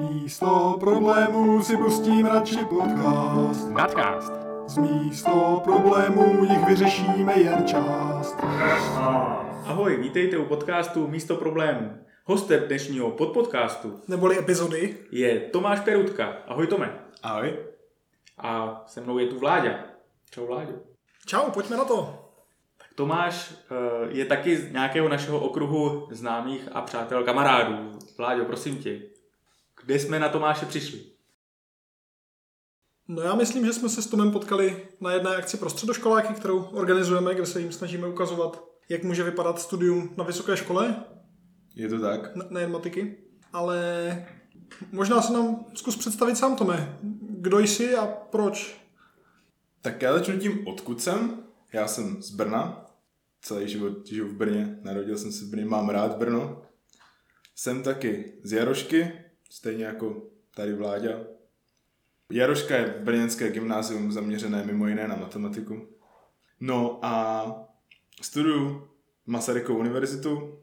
Místo problémů si pustím radši podcast. Nadcast. Z místo problémů jich vyřešíme jen část. Ahoj, vítejte u podcastu Místo problémů. Hostem dnešního podcastu Neboli epizody je Tomáš Perutka. Ahoj Tome. Ahoj. A se mnou je tu Vláďa. Čau Vláďo. Čau, pojďme na to. Tak Tomáš je taky z nějakého našeho okruhu známých a přátel kamarádů. Vláďo, prosím tě, kde jsme na Tomáše přišli? No já myslím, že jsme se s Tomem potkali na jedné akci pro středoškoláky, kterou organizujeme, kde se jim snažíme ukazovat, jak může vypadat studium na vysoké škole. Je to tak? Nejen matiky. Ale možná se nám zkus představit sám, Tome. Kdo jsi a proč? Tak já začnu tím, odkud jsem. Já jsem z Brna. Celý život žiju v Brně. Narodil jsem se v Brně, mám rád Brno. Jsem taky z Jarošky, stejně jako tady Vláďa. Jaroška je brněnské gymnázium zaměřené mimo jiné na matematiku. No a studuju Masarykovu univerzitu,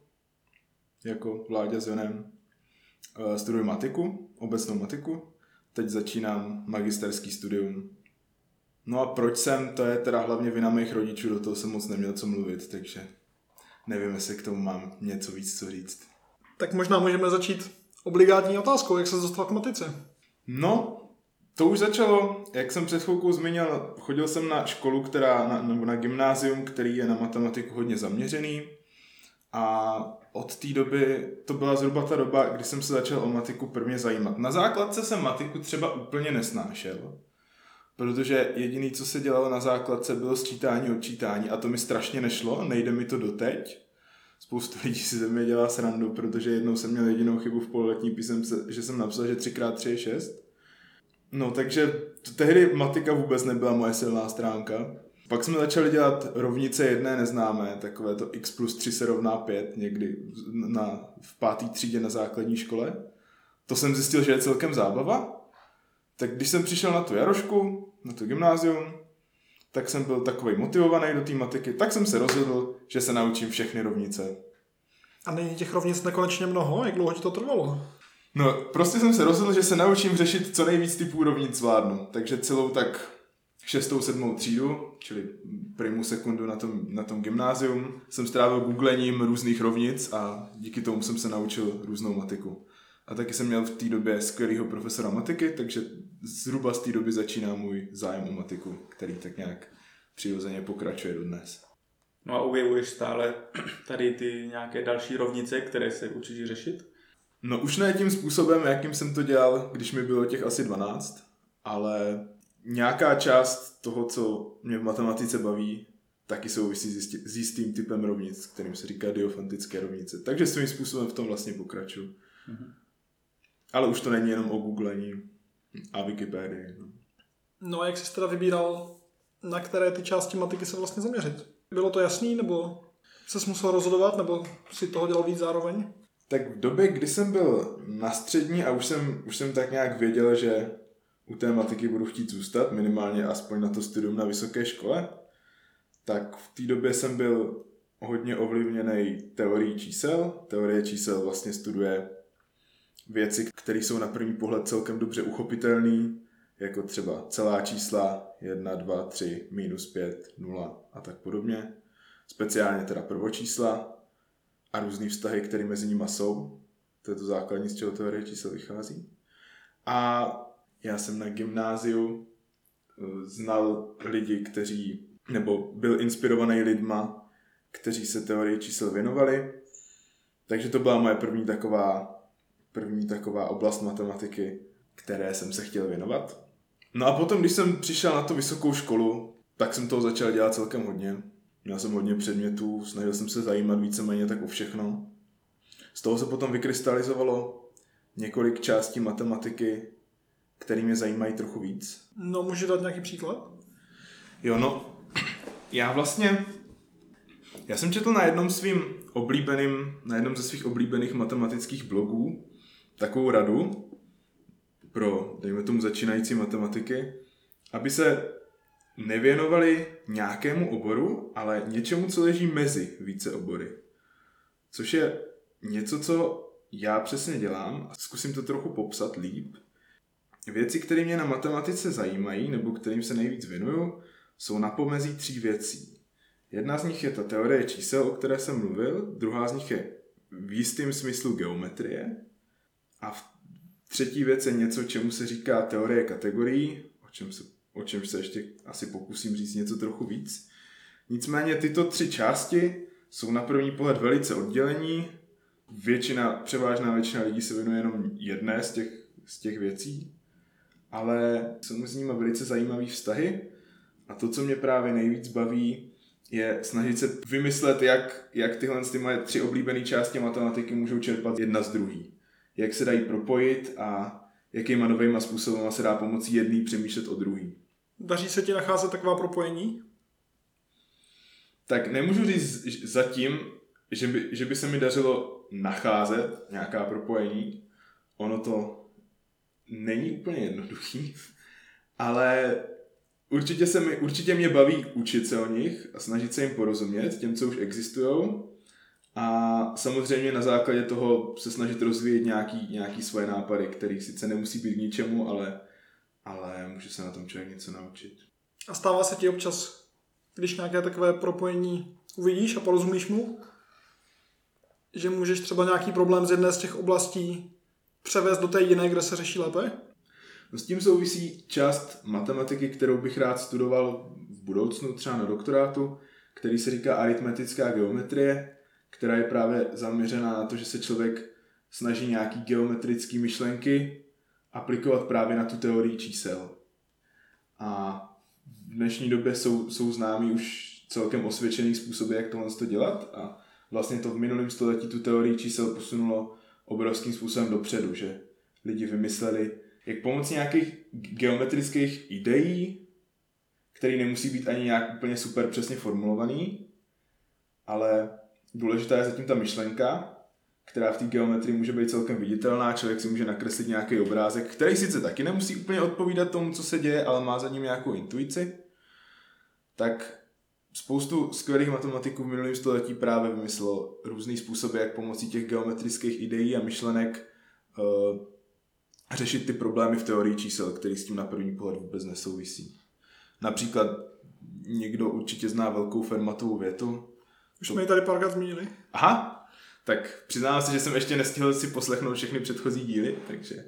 jako Vláďa s Jonem. Studuju matiku, obecnou matiku. Teď začínám magisterský studium. No a proč jsem, to je teda hlavně vina mých rodičů, do toho jsem moc neměl co mluvit, takže nevím, jestli k tomu mám něco víc co říct. Tak možná můžeme začít obligátní otázkou, jak se dostal k matice. No, to už začalo, jak jsem před chvilkou zmínil, chodil jsem na školu, nebo na gymnázium, který je na matematiku hodně zaměřený a od té doby, to byla zhruba ta doba, kdy jsem se začal o matiku prvně zajímat. Na základce jsem matiku třeba úplně nesnášel, protože jediné, co se dělalo na základce, bylo sčítání, odčítání a to mi strašně nešlo, nejde mi to doteď. Spoustu lidí si ze mě dělá srandu, protože jednou jsem měl jedinou chybu v pololetní písemce, že jsem napsal, že 3x3 je 6. No, takže tehdy matika vůbec nebyla moje silná stránka. Pak jsme začali dělat rovnice jedné neznámé, takové to x plus 3 se rovná 5, někdy v 5. třídě na základní škole. To jsem zjistil, že je celkem zábava. Tak když jsem přišel na tu Jarošku, na to gymnázium, tak jsem byl takovej motivovaný do té matiky, tak jsem se rozhodl, že se naučím všechny rovnice. A není těch rovnic nekonečně mnoho? Jak dlouho ti to trvalo? No, prostě jsem se rozhodl, že se naučím řešit co nejvíc typů rovnic zvládnu. Takže celou tak 6., 7. třídu, čili primu sekundu na tom gymnázium, jsem strávil googlením různých rovnic a díky tomu jsem se naučil různou matiku. A taky jsem měl v té době skvělého profesora matiky, takže zhruba z té doby začíná můj zájem o matiku, který tak nějak přirozeně pokračuje dodnes. No a objevuješ stále tady ty nějaké další rovnice, které se učíš řešit? No už ne tím způsobem, jakým jsem to dělal, když mi bylo těch asi 12, ale nějaká část toho, co mě v matematice baví, taky souvisí s jistým typem rovnic, kterým se říká diofantické rovnice. Takže svým způsobem v tom vlastně pokračuju. Mhm. Ale už to není jenom o googlení a Wikipedii. No a jak jsi teda vybíral, na které ty části matiky se vlastně zaměřit? Bylo to jasný, nebo ses musel rozhodovat, nebo si toho dělal víc zároveň? Tak v době, kdy jsem byl na střední a už jsem tak nějak věděl, že u té matiky budu chtít zůstat, minimálně aspoň na to studium na vysoké škole, tak v té době jsem byl hodně ovlivněný teorií čísel. Teorie čísel vlastně studuje věci, které jsou na první pohled celkem dobře uchopitelné, jako třeba celá čísla 1, 2, 3, -5, 0 a tak podobně. Speciálně teda prvočísla a různý vztahy, které mezi nimi jsou. To je to základní, z čeho teorie čísel vychází. A já jsem na gymnáziu znal lidi, nebo byl inspirovaný lidma, kteří se teorii čísel věnovali. Takže to byla moje první taková oblast matematiky, které jsem se chtěl věnovat. No a potom, když jsem přišel na tu vysokou školu, tak jsem toho začal dělat celkem hodně. Měl jsem hodně předmětů, snažil jsem se zajímat víceméně tak o všechno. Z toho se potom vykrystalizovalo několik částí matematiky, které mě zajímají trochu víc. No, můžeš dát nějaký příklad? Jo, no, já jsem četl na jednom ze svých oblíbených matematických blogů takovou radu pro, dejme tomu, začínající matematiky, aby se nevěnovali nějakému oboru, ale něčemu, co leží mezi více obory. Což je něco, co já přesně dělám a zkusím to trochu popsat líp. Věci, které mě na matematice zajímají, nebo kterým se nejvíc věnuju, jsou na pomezí 3 věcí. Jedna z nich je ta teorie čísel, o které jsem mluvil, druhá z nich je v jistém smyslu geometrie a třetí věc je něco, čemu se říká teorie kategorií, o čem se ještě asi pokusím říct něco trochu víc. Nicméně tyto 3 části jsou na první pohled velice oddělení. Převážná většina lidí se věnuje jenom jedné z těch věcí, ale jsou mezi nimi velice zajímavé vztahy a to, co mě právě nejvíc baví, je snažit se vymyslet, jak tyhle moje 3 oblíbené části matematiky můžou čerpat jedna z druhý. Jak se dají propojit a jakýma novýma způsobama se dá pomocí jedný přemýšlet o druhý. Daří se ti nacházet taková propojení? Tak nemůžu říct zatím, že by se mi dařilo nacházet nějaká propojení. Ono to není úplně jednoduchý, ale určitě mě baví učit se o nich a snažit se jim porozumět, těm, co už existujou. A samozřejmě na základě toho se snažit rozvíjet nějaký svoje nápady, které sice nemusí být k ničemu, ale může se na tom člověk něco naučit. A stává se ti občas, když nějaké takové propojení uvidíš a porozumíš mu, že můžeš třeba nějaký problém z jedné z těch oblastí převést do té jiné, kde se řeší lépe? No s tím souvisí část matematiky, kterou bych rád studoval v budoucnu, třeba na doktorátu, který se říká aritmetická geometrie, která je právě zaměřená na to, že se člověk snaží nějaký geometrické myšlenky aplikovat právě na tu teorii čísel. A v dnešní době jsou známý už celkem osvědčený způsoby, jak tohle dělat a vlastně to v minulém století tu teorii čísel posunulo obrovským způsobem dopředu, že lidi vymysleli, jak pomocí nějakých geometrických ideí, které nemusí být ani nějak úplně super přesně formulovaný, ale důležitá je zatím ta myšlenka, která v té geometrii může být celkem viditelná, člověk si může nakreslit nějaký obrázek, který sice taky nemusí úplně odpovídat tomu, co se děje, ale má za ním nějakou intuici. Tak spoustu skvělých matematiků v minulém století právě vymyslelo různý způsoby, jak pomocí těch geometrických ideí a myšlenek řešit ty problémy v teorii čísel, který s tím na první pohled vůbec nesouvisí. Například někdo určitě zná velkou Fermatovou větu. Už jsme ji tady párkrát zmínili. Aha, tak přiznám se, že jsem ještě nestihl si poslechnout všechny předchozí díly, takže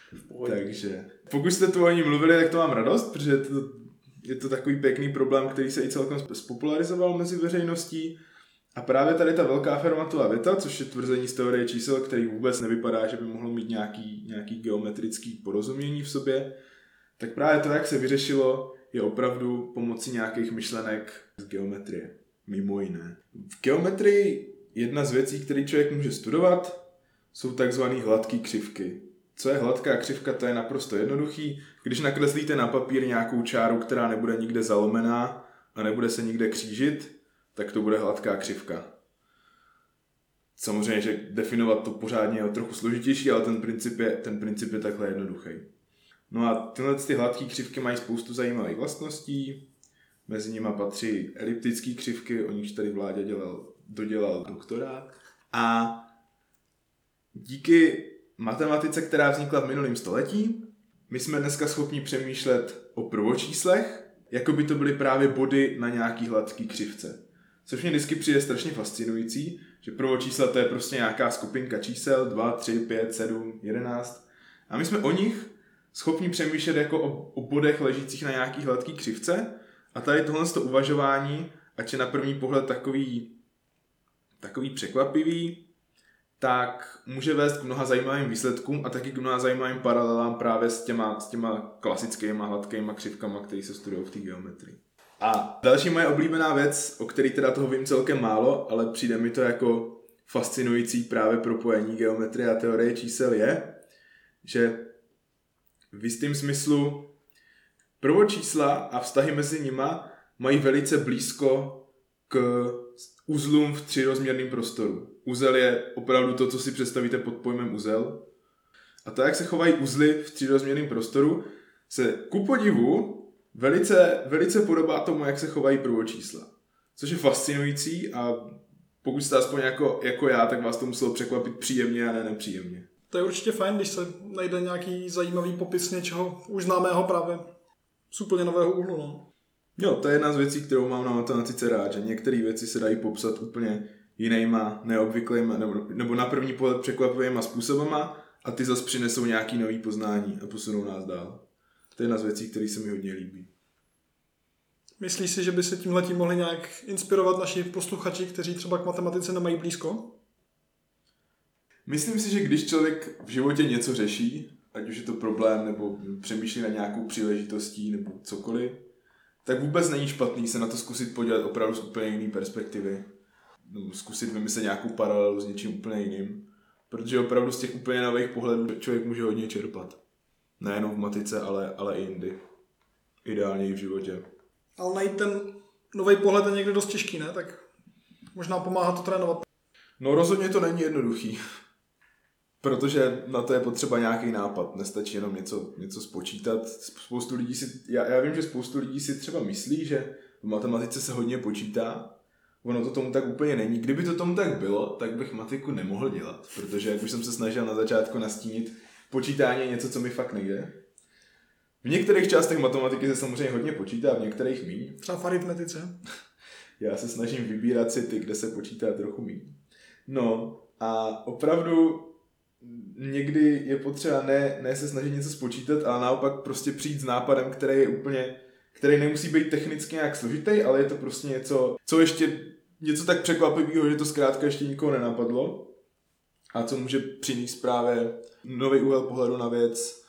pokud jste tu o ní mluvili, tak to mám radost, protože je to takový pěkný problém, který se i celkem spopularizoval mezi veřejností. A právě tady ta velká Fermatova věta, což je tvrzení z teorie čísel, který vůbec nevypadá, že by mohlo mít nějaký geometrický porozumění v sobě, tak právě to, jak se vyřešilo, je opravdu pomocí nějakých myšlenek z geometrie. Mimo jiné. V geometrii jedna z věcí, které člověk může studovat, jsou takzvané hladké křivky. Co je hladká křivka, to je naprosto jednoduchý. Když nakreslíte na papír nějakou čáru, která nebude nikde zalomená a nebude se nikde křížit, tak to bude hladká křivka. Samozřejmě, že definovat to pořádně je trochu složitější, ale ten princip je takhle jednoduchý. No a tyhle hladké křivky mají spoustu zajímavých vlastností. Mezi nimi patří eliptické křivky, o nichž tady Vláďa dodělal doktorát. A díky matematice, která vznikla v minulém století, my jsme dneska schopni přemýšlet o prvočíslech, jako by to byly právě body na nějaký hladký křivce. Což mě vždycky přijde strašně fascinující, že prvočísla to je prostě nějaká skupinka čísel 2, 3, 5, 7, 11. A my jsme o nich schopni přemýšlet jako o bodech ležících na nějaký hladký křivce. A tady tohle uvažování, ať je na první pohled takový překvapivý, tak může vést k mnoha zajímavým výsledkům a taky k mnoha zajímavým paralelám právě s těma klasickýma hladkýma křivkama, které se studují v té geometrii. A další moje oblíbená věc, o který teda toho vím celkem málo, ale přijde mi to jako fascinující právě propojení geometrie a teorie čísel je, že v jistém smyslu prvočísla a vztahy mezi nima mají velice blízko k uzlům v třirozměrném prostoru. Uzel je opravdu to, co si představíte pod pojmem uzel. A to, jak se chovají uzly v třirozměrném prostoru, se ku podivu velice podobá tomu, jak se chovají prvočísla. Což je fascinující a pokud jste aspoň jako já, tak vás to muselo překvapit příjemně a ne nepříjemně. To je určitě fajn, když se najde nějaký zajímavý popis něčeho už známého právě z úplně nového úhlu. No. Jo, to je jedna z věcí, kterou mám na matematice rád, že některé věci se dají popsat úplně jinýma, neobvyklýma, nebo na první pohled překvapivýma způsobama a ty zase přinesou nějaký nový poznání a posunou nás dál. To je jedna z věcí, které se mi hodně líbí. Myslíš si, že by se tímhletím mohli nějak inspirovat naši posluchači, kteří třeba k matematice nemají blízko? Myslím si, že když člověk v životě něco řeší, ať už je to problém, nebo přemýšlí na nějakou příležitostí, nebo cokoliv, tak vůbec není špatný se na to zkusit podívat opravdu z úplně jiné perspektivy. Nebo zkusit vymyslet nějakou paralelu s něčím úplně jiným. Protože opravdu z těch úplně nových pohledů člověk může hodně čerpat. Nejenom v matice, ale i jindy. Ideálně i v životě. Ale najít ten nový pohled je někdy dost těžký, ne? Tak možná pomáhá to trénovat. No rozhodně to není jednoduchý. Protože na to je potřeba nějaký nápad. Nestačí jenom něco spočítat. Spoustu lidí já vím, že spoustu lidí si třeba myslí, že v matematice se hodně počítá. Ono to tomu tak úplně není. Kdyby to tomu tak bylo, tak bych matiku nemohl dělat. Protože, jak už jsem se snažil na začátku nastínit, počítání je něco, co mi fakt nejde. V některých částech matematiky se samozřejmě hodně počítá, v některých míň. Třeba v aritmetice. Já se snažím vybírat si ty, kde se počítá trochu míň. No a opravdu někdy je potřeba ne se snažit něco spočítat, ale naopak prostě přijít s nápadem, který nemusí být technicky nějak složitý, ale je to prostě něco tak překvapivého, že to zkrátka ještě nikoho nenapadlo a co může přinést právě nový úhel pohledu na věc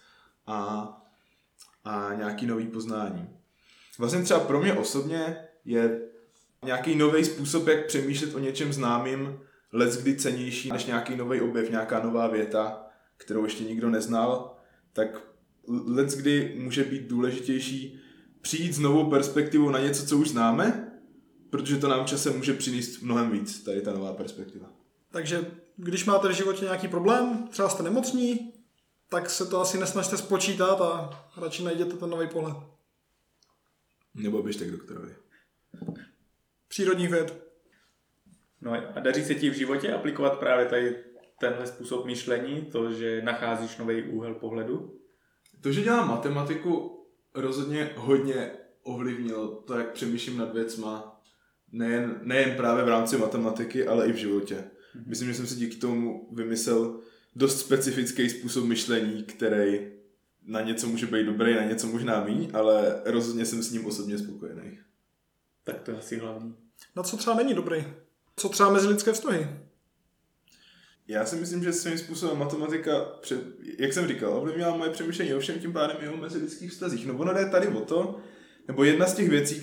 a nějaký nový poznání. Vlastně třeba pro mě osobně je nějaký nový způsob, jak přemýšlet o něčem známým, leckdy cennější než nějaký nový objev, nějaká nová věta, kterou ještě nikdo neznal, tak leckdy může být důležitější přijít s novou perspektivou na něco, co už známe, protože to nám časem může přinést mnohem víc, tady ta nová perspektiva. Takže když máte v životě nějaký problém, třeba jste nemocní, tak se to asi nesnažte spočítat a radši najděte ten nový pohled. Nebo běžte k doktorovi. Přírodních věd. No a daří se ti v životě aplikovat právě tady tenhle způsob myšlení, to, že nacházíš nový úhel pohledu? To, že dělám matematiku, rozhodně hodně ovlivnilo to, jak přemýšlím nad věcma, nejen právě v rámci matematiky, ale i v životě. Myslím, že jsem si díky tomu vymyslel dost specifický způsob myšlení, který na něco může být dobrý, na něco možná míň, ale rozhodně jsem s ním osobně spokojený. Tak to je asi hlavní. Na co třeba není dobrý? Co třeba mezilidské vztahy? Já si myslím, že svým způsobem matematika, jak jsem říkal, ovlivnila moje přemýšlení ovšem tím pádem i o mezilidských vztazích. No ono jde tady o to, nebo jedna z těch věcí,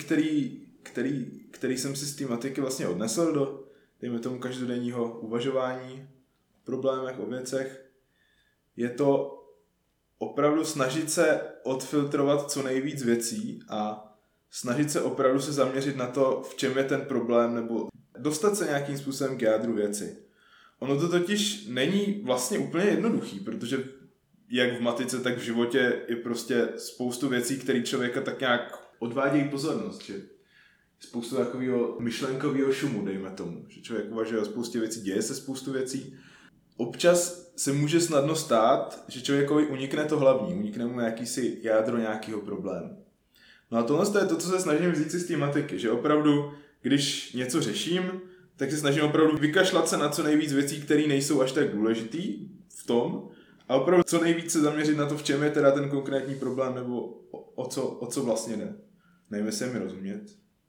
který jsem si z té matiky vlastně odnesl do, dejme tomu, každodenního uvažování o problémech, o věcech, je to opravdu snažit se odfiltrovat co nejvíc věcí a snažit se opravdu se zaměřit na to, v čem je ten problém, nebo dostat se nějakým způsobem k jádru věci. Ono to totiž není vlastně úplně jednoduchý, protože jak v matice, tak v životě je prostě spoustu věcí, které člověka tak nějak odvádějí pozornost, že spoustu takového myšlenkového šumu, dejme tomu, že člověk uvažuje o spoustě věcí, děje se spoustu věcí. Občas se může snadno stát, že člověkovi unikne to hlavní, unikne mu jakýsi jádro nějakého problému. No a tohle je to, co se snažím vzít si z té matiky, že opravdu, když něco řeším, tak se snažím opravdu vykašlat se na co nejvíc věcí, které nejsou až tak důležitý v tom a opravdu co nejvíc se zaměřit na to, v čem je teda ten konkrétní problém nebo o co vlastně jde. Nejme se mi rozumět.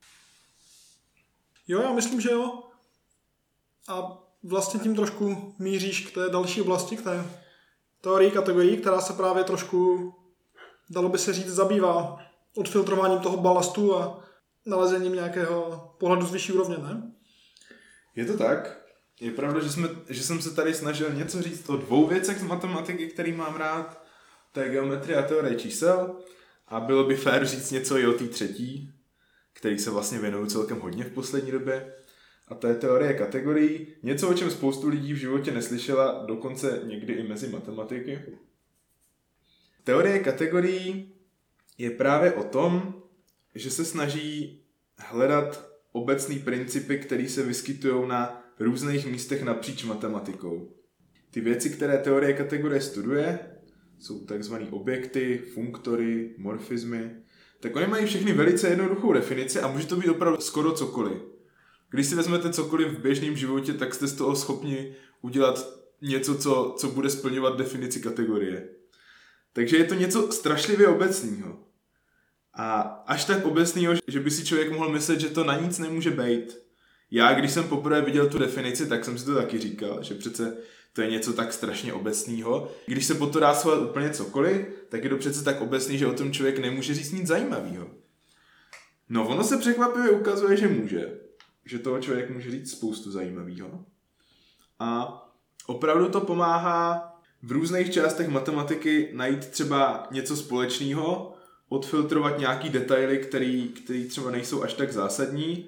Jo, já myslím, že jo. A vlastně tím trošku míříš k té další oblasti, k té teorii kategorií, která se právě trošku, dalo by se říct, zabývá odfiltrováním toho balastu a nalezením nějakého pohledu z vyšší úrovně, ne? Je to tak. Je pravda, že jsem se tady snažil něco říct o dvou věcech z matematiky, který mám rád. To je geometrie a teorie čísel. A bylo by fér říct něco i o té třetí, který se vlastně věnuju celkem hodně v poslední době. A to je teorie kategorií. Něco, o čem spoustu lidí v životě neslyšela, dokonce někdy i mezi matematiky. Teorie kategorií je právě o tom, že se snaží hledat obecný principy, které se vyskytují na různých místech napříč matematikou. Ty věci, které teorie kategorie studuje, jsou takzvané objekty, funktory, morfismy, tak oni mají všechny velice jednoduchou definici a může to být opravdu skoro cokoliv. Když si vezmete cokoliv v běžném životě, tak jste z toho schopni udělat něco, co bude splňovat definici kategorie. Takže je to něco strašlivě obecného. A až tak obecného, že by si člověk mohl myslet, že to na nic nemůže být. Já, když jsem poprvé viděl tu definici, tak jsem si to taky říkal, že přece to je něco tak strašně obecného. Když se po to dá schovat úplně cokoliv, tak je to přece tak obecný, že o tom člověk nemůže říct nic zajímavého. No ono se překvapivě ukazuje, že může. Že toho člověk může říct spoustu zajímavého. A opravdu to pomáhá v různých částech matematiky najít třeba něco společného, odfiltrovat nějaký detaily, který třeba nejsou až tak zásadní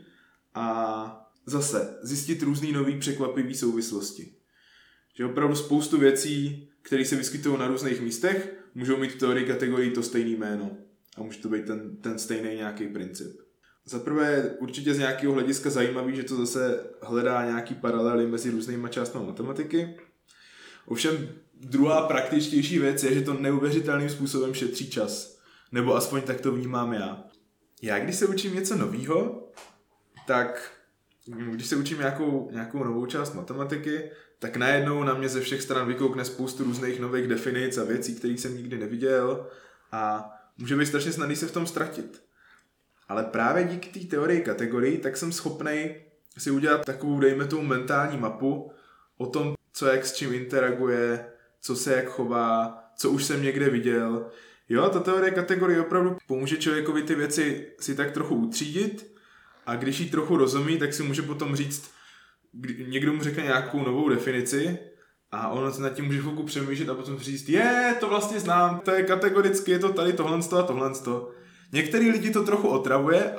a zase zjistit různý nový překvapivý souvislosti. Že opravdu spoustu věcí, které se vyskytují na různých místech, můžou mít v teorii kategorii to stejné jméno a může to být ten stejný nějaký princip. Za prvé je určitě z nějakého hlediska zajímavý, že to zase hledá nějaký paralely mezi různýma částmi matematiky. Ovšem druhá praktičtější věc je, že to neuvěřitelným způsobem šetří čas. Nebo aspoň tak to vnímám já. Já když se učím něco novýho, tak když se učím nějakou novou část matematiky, tak najednou na mě ze všech stran vykoukne spoustu různých nových definic a věcí, které jsem nikdy neviděl a může být strašně snadný se v tom ztratit. Ale právě díky té teorii kategorií, tak jsem schopnej si udělat takovou, dejme tomu, mentální mapu o tom, co jak s čím interaguje, co se jak chová, co už jsem někde viděl. Jo, ta teorie kategorií opravdu pomůže člověkovi ty věci si tak trochu utřídit a když jí trochu rozumí, tak si může potom říct, někdo mu řekne nějakou novou definici a on se nad tím může chvilku přemýšlet a potom říct, to vlastně znám, to je kategoricky, je to tady tohle a tohle. Některý lidi to trochu otravuje,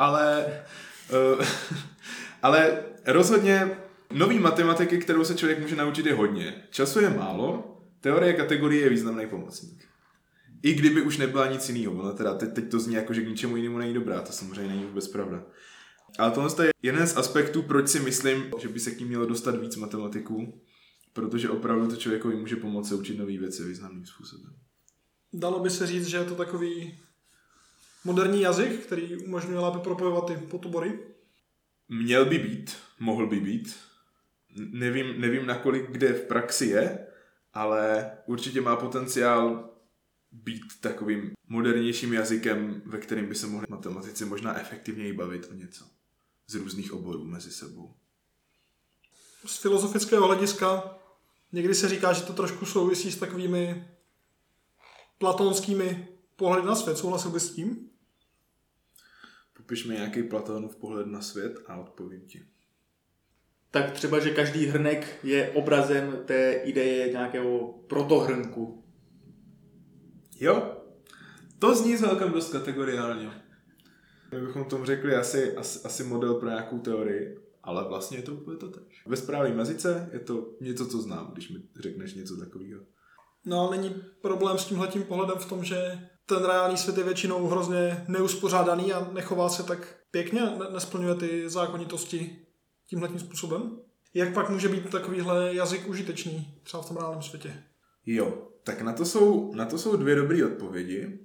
ale rozhodně nový matematiky, kterou se člověk může naučit, je hodně. Času je málo, teorie kategorie je významný pomocník. I kdyby už nebyla nic jiného. Ona teda teď to zní jako, že k ničemu jinému není dobrá, to samozřejmě není vůbec pravda. Ale tohle je jeden z aspektů, proč si myslím, že by se k ní mělo dostat víc matematiků, protože opravdu to člověkovi může pomoct se učit nové věci významným způsobem. Dalo by se říct, že je to takový moderní jazyk, který umožňuje lépe propojovat ty podobory? Měl by být, mohl by být. Nevím nakolik kde v praxi je, ale určitě má potenciál být takovým modernějším jazykem, ve kterém by se mohli matematici možná efektivněji bavit o něco z různých oborů mezi sebou. Z filozofického hlediska někdy se říká, že to trošku souvisí s takovými platonskými pohledy na svět. Souhlasil bys s tím? Popiš mi nějaký Platonův pohled na svět a odpovím ti. Tak třeba, že každý hrnek je obrazem té ideje nějakého protohrnku. Jo, to zní celkem dost kategoriálně. My bychom tomu řekli asi model pro nějakou teorii, ale vlastně je to úplně to tež. Ve správném jazyce je to něco, co znám, když mi řekneš něco takového. No a není problém s tímhletím pohledem v tom, že ten reálný svět je většinou hrozně neuspořádaný a nechová se tak pěkně, nesplňuje ty zákonitosti tímhletím způsobem? Jak pak může být takovýhle jazyk užitečný třeba v tom reálném světě? Jo, tak na to jsou dvě dobré odpovědi.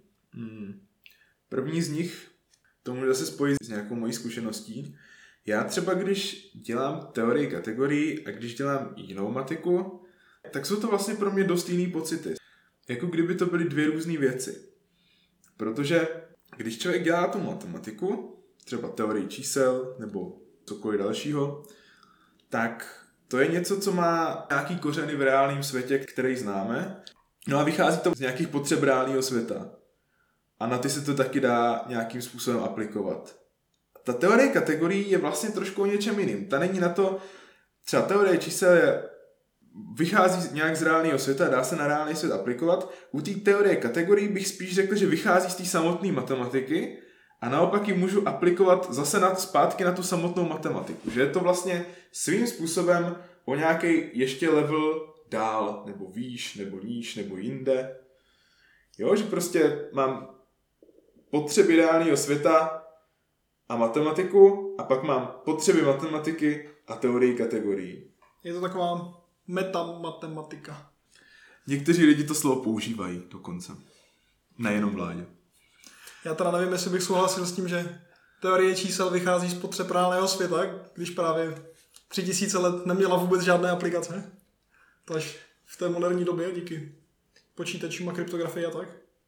První z nich, to může se spojit s nějakou mojí zkušeností. Já třeba, když dělám teorii kategorií a když dělám jinou matiku, tak jsou to vlastně pro mě dost jiný pocity. Jako kdyby to byly dvě různé věci. Protože když člověk dělá tu matematiku, třeba teorii čísel nebo cokoliv dalšího, tak to je něco, co má nějaký kořeny v reálném světě, který známe. No a vychází to z nějakých potřeb reálného světa. A na ty se to taky dá nějakým způsobem aplikovat. Ta teorie kategorií je vlastně trošku o něčem jiným. Ta není na to, třeba teorie čísel vychází nějak z reálného světa, dá se na reálný svět aplikovat. U té teorie kategorií bych spíš řekl, že vychází z té samotné matematiky a naopak ji můžu aplikovat zase zpátky na tu samotnou matematiku. Že je to vlastně svým způsobem o nějaký ještě level dál, nebo výš, nebo níž, nebo jinde. Jo, že prostě mám potřeby reálného světa a matematiku a pak mám potřeby matematiky a teorii kategorií. Je to taková metamatematika. Někteří lidi to slovo používají dokonce. Nejenom Vláďa. Já teda nevím, jestli bych souhlasil s tím, že teorie čísel vychází z potřeb reálného světa, když právě 3000 let neměla vůbec žádné aplikace. To až v té moderní době, díky počítačům a kryptografii a tak.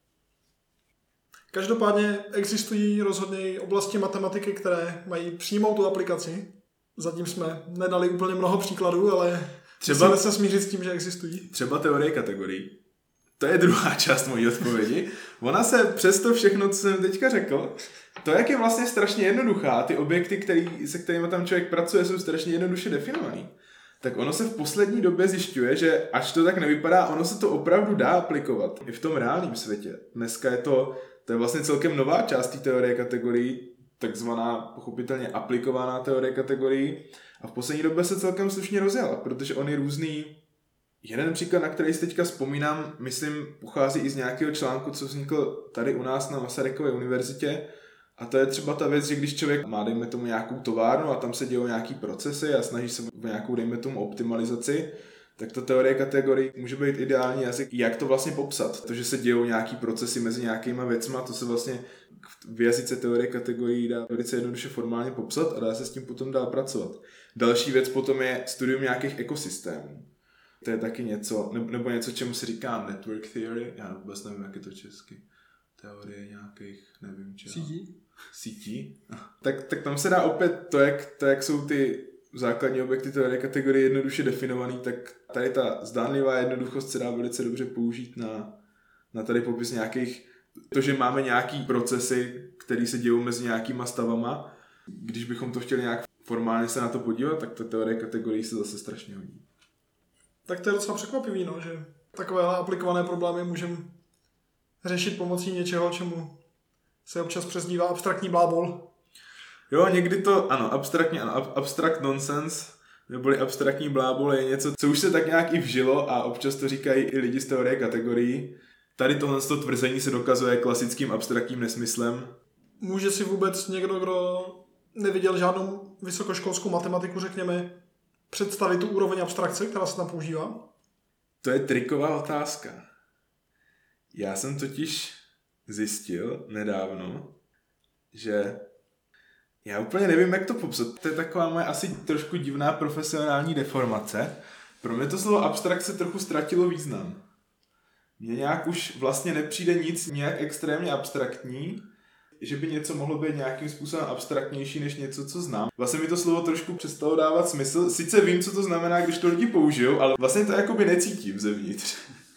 Každopádně existují rozhodně oblasti matematiky, které mají přímou tu aplikaci. Zatím jsme nedali úplně mnoho příkladů, ale musíme se smířit s tím, že existují. Třeba teorie kategorií. To je druhá část mojí odpovědi. Ona se přesto všechno, co jsem teďka řekl, to, jak je vlastně strašně jednoduchá, ty objekty, se kterými tam člověk pracuje, jsou strašně jednoduše definovaný. Tak ono se v poslední době zjišťuje, že až to tak nevypadá, ono se to opravdu dá aplikovat i v tom reálném světě. Dneska je to vlastně celkem nová část té teorie kategorií, takzvaná pochopitelně aplikovaná teorie kategorií. A v poslední době se celkem slušně rozjela, protože on je různý. Jeden příklad, na který si teďka vzpomínám, myslím, pochází i z nějakého článku, co vznikl tady u nás na Masarykově univerzitě. A to je třeba ta věc, že když člověk má, dejme tomu, nějakou továrnu a tam se dějou nějaký procesy a snaží se o nějakou, dejme tomu, optimalizaci, tak ta teorie kategorií může být ideální jazyk, jak to vlastně popsat. To, že se dějou nějaký procesy mezi nějakýma věcma, to se vlastně v jazyce teorie kategorií dá velice jednoduše formálně popsat a dá se s tím potom dál pracovat. Další věc potom je studium nějakých ekosystémů. To je taky něco, nebo něco, čemu se říká network theory, já vůbec nevím, jak je to česky. Teorie nějakých, nevím čeho. Sítí. Tak tam se dá opět to, jak jsou ty základní objekty teorie kategorie jednoduše definovaný, tak tady ta zdánlivá jednoduchost se dá velice dobře použít na tady popis nějakých, to, že máme nějaký procesy, které se dějou mezi nějakýma stavama. Když bychom to chtěli nějak formálně se na to podívat, tak ta teorie kategorií se zase strašně hodí. Tak to je docela překvapivý, no, že takovéhle aplikované problémy můžeme řešit pomocí něčeho, čemu se občas přezdívá abstraktní blábol. Jo, někdy to, ano, abstract nonsense, neboli abstraktní blábol je něco, co už se tak nějak i vžilo a občas to říkají i lidi z teorie kategorií. Tady tohle tvrzení se dokazuje klasickým abstraktním nesmyslem. Může si vůbec někdo, kdo neviděl žádnou vysokoškolskou matematiku, řekněme, představit tu úroveň abstrakce, která se tam používá? To je triková otázka. Já jsem totiž zjistil nedávno, že já úplně nevím, jak to popsat. To je taková moje asi trošku divná profesionální deformace. Pro mě to slovo abstrakce trochu ztratilo význam. Mně nějak už vlastně nepřijde nic nějak extrémně abstraktní, že by něco mohlo být nějakým způsobem abstraktnější než něco, co znám. Vlastně mi to slovo trošku přestalo dávat smysl. Sice vím, co to znamená, když to lidi použijou, ale vlastně to jakoby necítím zevnitř.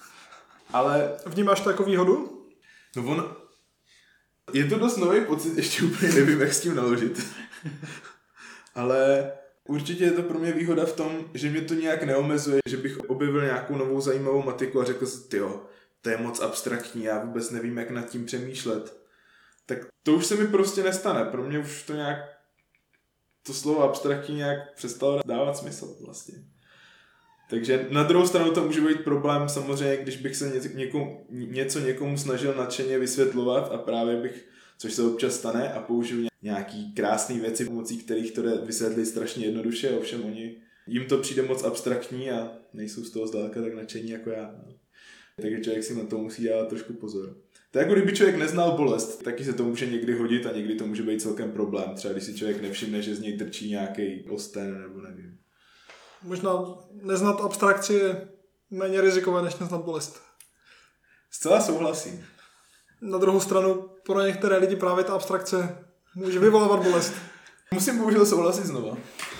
Ale vnímáš to jako výhodu? No je to dost nový pocit, ještě úplně nevím, jak s tím naložit. Ale určitě je to pro mě výhoda v tom, že mě to nějak neomezuje, že bych objevil nějakou novou zajímavou matiku a řekl si, tyjo, to je moc abstraktní, já vůbec nevím, jak nad tím přemýšlet. Tak to už se mi prostě nestane. Pro mě už to nějak, to slovo abstraktní nějak přestalo dávat smysl vlastně. Takže na druhou stranu to může být problém samozřejmě, když bych se něco někomu snažil nadšeně vysvětlovat a právě bych, což se občas stane, a použiju nějaký krásný věci, pomocí kterých to jde vysvětlit strašně jednoduše, ovšem jim to přijde moc abstraktní a nejsou z toho zdaleka tak nadšení jako já. No. Takže člověk si na to musí dávat trošku pozor. To je jako kdyby člověk neznal bolest, taky se to může někdy hodit a někdy to může být celkem problém. Třeba když si člověk nevšimne, že z něj trčí nějaký osten nebo nevím. Možná neznat abstrakci je méně rizikové, než neznat bolest. Zcela souhlasím. Na druhou stranu pro některé lidi právě ta abstrakce může vyvolávat bolest. Musím bohužel souhlasit znova.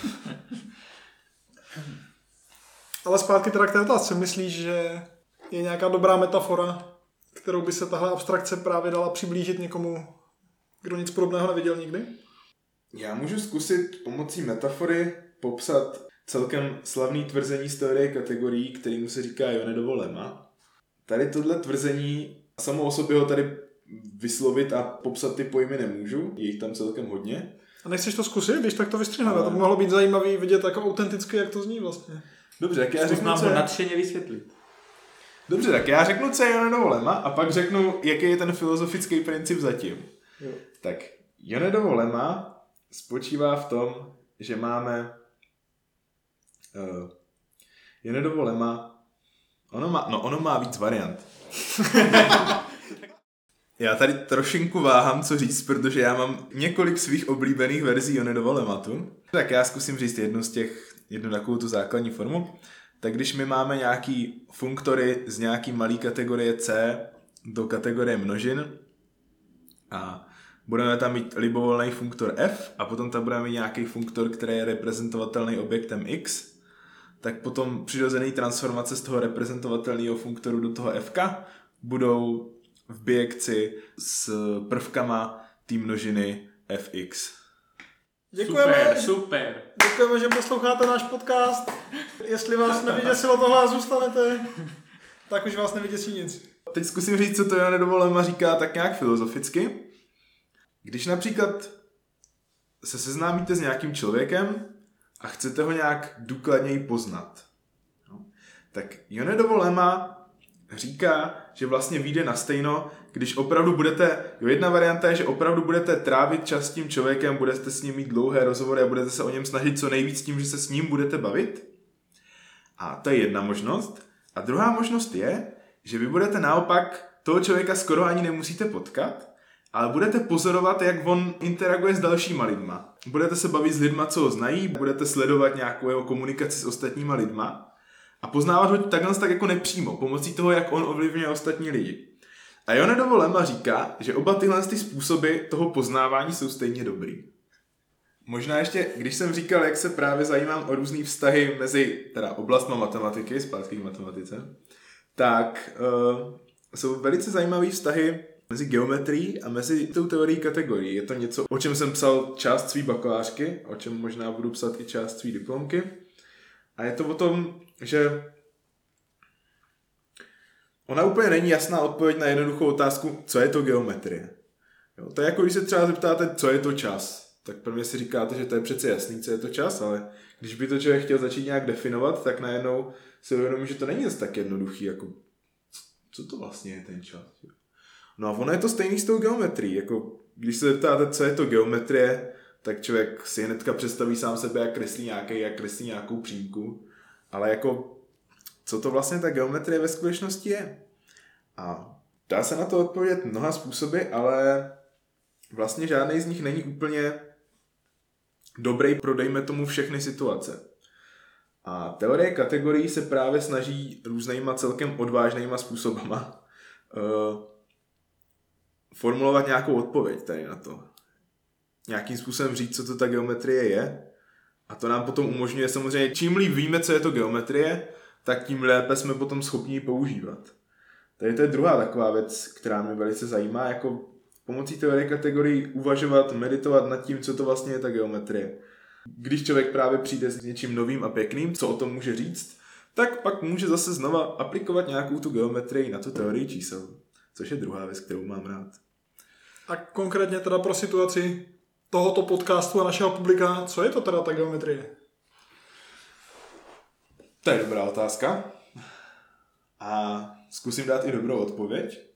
Ale zpátky teda k té otázce. Myslíš, že je nějaká dobrá metafora, kterou by se tahle abstrakce právě dala přiblížit někomu, kdo nic podobného neviděl nikdy? Já můžu zkusit pomocí metafory popsat celkem slavný tvrzení z teorie kategorií, kterému se říká Ionedovo lemma. Tady tohle tvrzení, samo o sobě ho tady vyslovit a popsat ty pojmy nemůžu, je jich tam celkem hodně. A nechceš to zkusit, když tak to vystřihneme, to by mohlo být zajímavý vidět jako autenticky, jak to zní vlastně. Dobře, tak já řeknu, co nadšeně vysvětlit. Dobře, tak já řeknu, co je Ionedovo lemma a pak řeknu, jaký je ten filozofický princip zatím. Jo. Tak Ionedovo lemma spočívá v tom, že máme Jonedovo lemma, ono má víc variant. Já tady trošinku váhám, co říct, protože já mám několik svých oblíbených verzí Jonedovo lemmatu. Tak já zkusím říct jednu takovou tu základní formu. Tak když my máme nějaký funktory z nějaký malý kategorie C do kategorie množin a budeme tam mít libovolný funktor f a potom tam budeme mít nějaký funktor, který je reprezentovatelný objektem x, tak potom přirozený transformace z toho reprezentovatelného funktoru do toho f budou v bijekci s prvkama té množiny fx. Děkujeme, Super. děkujeme, že posloucháte náš podcast. Jestli vás nevyděsilo tohle a zůstanete, tak už vás nevyděsí nic. Teď zkusím říct, co to Jonedovo lemma říká tak nějak filozoficky. Když například se seznámíte s nějakým člověkem a chcete ho nějak důkladněji poznat, tak Jonedovo lemma říká, že vlastně vyjde na stejno, když opravdu budete, jedna varianta je, že opravdu budete trávit čas s tím člověkem, budete s ním mít dlouhé rozhovory a budete se o něm snažit co nejvíc tím, že se s ním budete bavit. A to je jedna možnost. A druhá možnost je, že vy budete naopak toho člověka skoro ani nemusíte potkat, ale budete pozorovat, jak on interaguje s dalšíma lidma. Budete se bavit s lidma, co ho znají, budete sledovat nějakou jeho komunikaci s ostatníma lidma a poznávat ho takhle tak jako nepřímo, pomocí toho, jak on ovlivňuje ostatní lidi. A Jonedovo lemma říká, že oba tyhle způsoby toho poznávání jsou stejně dobrý. Možná ještě, když jsem říkal, jak se právě zajímám o různý vztahy mezi oblastma matematiky, zpátky k matematice, tak jsou velice zajímavé vztahy mezi geometrií a mezi tou teorií kategorií. Je to něco, o čem jsem psal část svý bakalářky, o čem možná budu psat i část svý diplomky. A je to o tom, že ona úplně není jasná odpověď na jednoduchou otázku, co je to geometrie. Jo, to je jako, když se třeba zeptáte, co je to čas. Tak prvně si říkáte, že to je přece jasný, co je to čas, ale když by to člověk chtěl začít nějak definovat, tak najednou si uvědomí, že to není zase tak jednoduchý, jako co to vlastně je ten čas. No a ono je to stejný s tou geometrií, jako když se zeptáte, co je to geometrie, tak člověk si hnedka představí sám sebe, jak kreslí nějakou přímku, ale jako co to vlastně ta geometrie ve skutečnosti je? A dá se na to odpovědět mnoha způsoby, ale vlastně žádný z nich není úplně dobrý pro, dejme tomu, všechny situace. A teorie kategorií se právě snaží různýma celkem odvážnýma způsobama formulovat nějakou odpověď tady na to. Nějakým způsobem říct, co to ta geometrie je. A to nám potom umožňuje samozřejmě, čím líp víme, co je to geometrie, tak tím lépe jsme potom schopni ji používat. Tady to je druhá taková věc, která mě velice zajímá, jako pomocí teorie kategorií uvažovat, meditovat nad tím, co to vlastně je ta geometrie. Když člověk právě přijde s něčím novým a pěkným, co o tom může říct, tak pak může zase znova aplikovat nějakou tu geometrii na tu teorii čísel. Což je druhá věc, kterou mám rád. A konkrétně teda pro situaci tohoto podcastu a našeho publika, co je to teda ta geometrie? To je dobrá otázka. A zkusím dát i dobrou odpověď.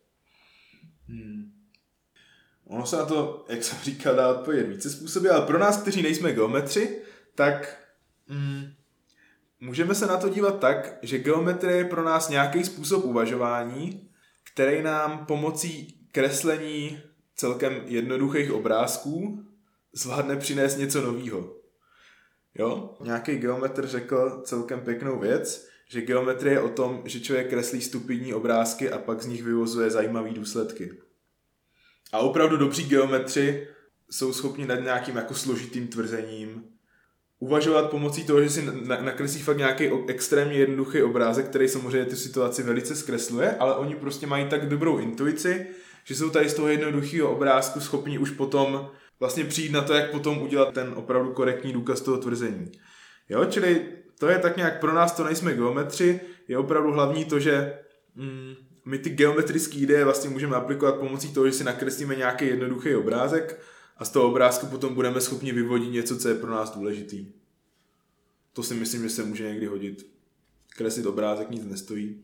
Ono se na to, jak jsem říkal, dá odpovědět více způsoby, ale pro nás, kteří nejsme geometři, tak můžeme se na to dívat tak, že geometrie je pro nás nějaký způsob uvažování, který nám pomocí kreslení celkem jednoduchých obrázků zvládne přinést něco novýho. Jo? Nějaký geometr řekl celkem pěknou věc, že geometrie je o tom, že člověk kreslí stupidní obrázky a pak z nich vyvozuje zajímavé důsledky. A opravdu dobří geometři jsou schopni nad nějakým jako složitým tvrzením uvažovat pomocí toho, že si nakreslí fakt nějaký extrémně jednoduchý obrázek, který samozřejmě tu situaci velice zkresluje, ale oni prostě mají tak dobrou intuici, že jsou tady z toho jednoduchého obrázku schopni už potom vlastně přijít na to, jak potom udělat ten opravdu korektní důkaz toho tvrzení. Jo, čili to je tak nějak pro nás, to nejsme geometři, je opravdu hlavní to, že my ty geometrické ideje vlastně můžeme aplikovat pomocí toho, že si nakreslíme nějaký jednoduchý obrázek a z toho obrázku potom budeme schopni vyvodit něco, co je pro nás důležitý. To si myslím, že se může někdy hodit. Kreslit obrázek nic nestojí.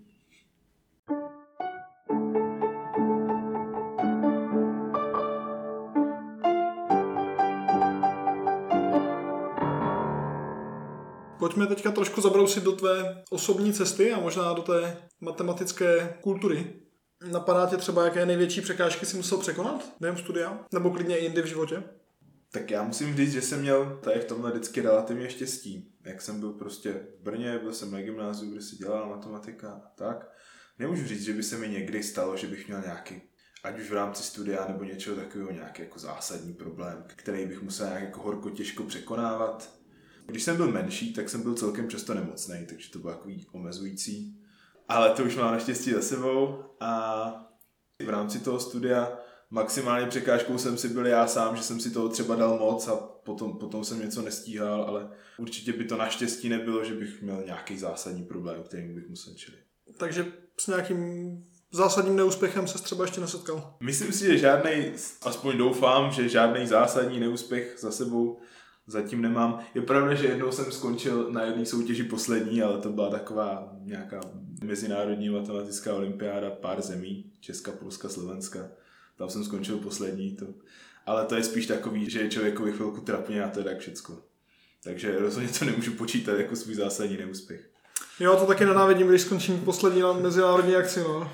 Pojďme teďka trošku zabrousit do tvé osobní cesty a možná do té matematické kultury. Napadá tě třeba, jaké největší překážky si musel překonat během studia? Nebo klidně i jindy v životě? Tak já musím říct, že jsem měl tady v tomhle vždycky relativně štěstí. Jak jsem byl prostě v Brně, byl jsem na gymnáziu, kde se dělala matematika a tak. Nemůžu říct, že by se mi někdy stalo, že bych měl nějaký, ať už v rámci studia nebo něčeho takového, nějaký jako zásadní problém, který bych musel nějak jako horko těžko překonávat. Když jsem byl menší, tak jsem byl celkem často nemocnej, takže to bylo takový omezující. Ale to už mám naštěstí za sebou a v rámci toho studia maximálně překážkou jsem si byl já sám, že jsem si toho třeba dal moc a potom jsem něco nestíhal, ale určitě by to naštěstí nebylo, že bych měl nějaký zásadní problém, kterým bych musel čelit. Takže s nějakým zásadním neúspěchem se třeba ještě nesetkal? Myslím si, že žádnej, aspoň doufám, že žádný zásadní neúspěch za sebou zatím nemám. Je pravda, že jednou jsem skončil na jedné soutěži poslední, ale to byla taková nějaká mezinárodní matematická olympiáda, pár zemí, Česka, Polska, Slovenska. Tam jsem skončil poslední. Ale to je spíš takový, že je člověkovi chvilku trapně a to je tak všecko. Takže rozhodně to nemůžu počítat jako svůj zásadní neúspěch. Jo, to taky nenávidím, když skončím poslední na mezinárodní akci, no.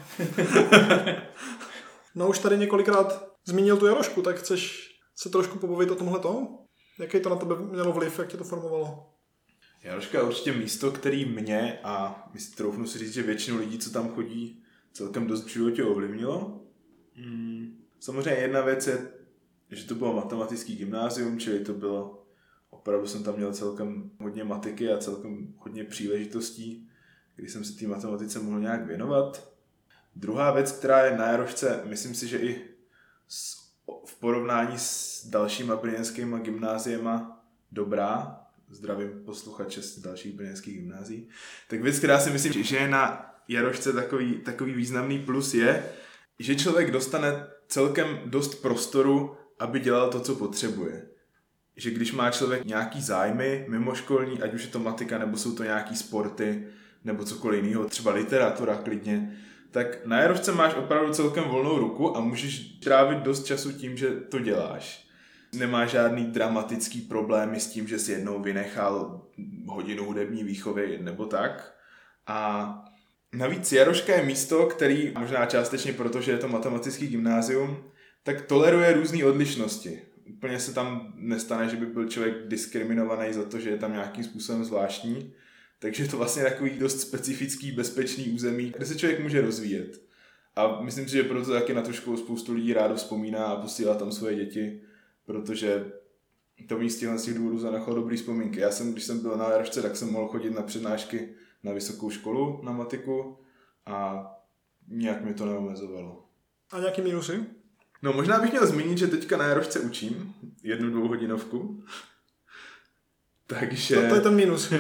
No už tady několikrát zmínil tu Jarošku, tak chceš se trošku pobavit o tomhletom? Jaký to na tebe mělo vliv, jak tě to formovalo? Jaroška je určitě místo, který mě a troufnu si říct, že většinu lidí, co tam chodí, celkem dost v životě ovlivnilo. Samozřejmě jedna věc je, že to bylo matematický gymnázium, čili to bylo, opravdu jsem tam měl celkem hodně matiky a celkem hodně příležitostí, kdy jsem se té matematice mohl nějak věnovat. Druhá věc, která je na Jarošce, myslím si, že i v porovnání s dalšíma brněnskými gymnáziema dobrá, zdravím posluchače z dalších brněnských gymnázií, tak věc, která si myslím, že je na Jarošce takový významný plus je, že člověk dostane celkem dost prostoru, aby dělal to, co potřebuje. Že když má člověk nějaký zájmy mimoškolní, ať už je to matika, nebo jsou to nějaký sporty, nebo cokoliv jiného, třeba literatura klidně, tak na Jarošce máš opravdu celkem volnou ruku a můžeš trávit dost času tím, že to děláš. Nemáš žádný dramatický problémy s tím, že jsi jednou vynechal hodinu hudební výchovy nebo tak. A navíc Jaroška je místo, který, možná částečně protože je to matematický gymnázium, tak toleruje různé odlišnosti. Úplně se tam nestane, že by byl člověk diskriminovaný za to, že je tam nějakým způsobem zvláštní. Takže je to vlastně takový dost specifický, bezpečný území, kde se člověk může rozvíjet. A myslím si, že proto taky na tu školu spoustu lidí rádo vzpomíná a posílá tam svoje děti, protože to místě z těch důvodů zanechalo dobrý vzpomínky. Když jsem byl na Jarošce, tak jsem mohl chodit na přednášky na vysokou školu, na matiku a nějak mi to neomezovalo. A nějaký minusy? No možná bych měl zmínit, že teďka na Jarošce učím 1-2 hodinovku. Takže... To je ten mínus.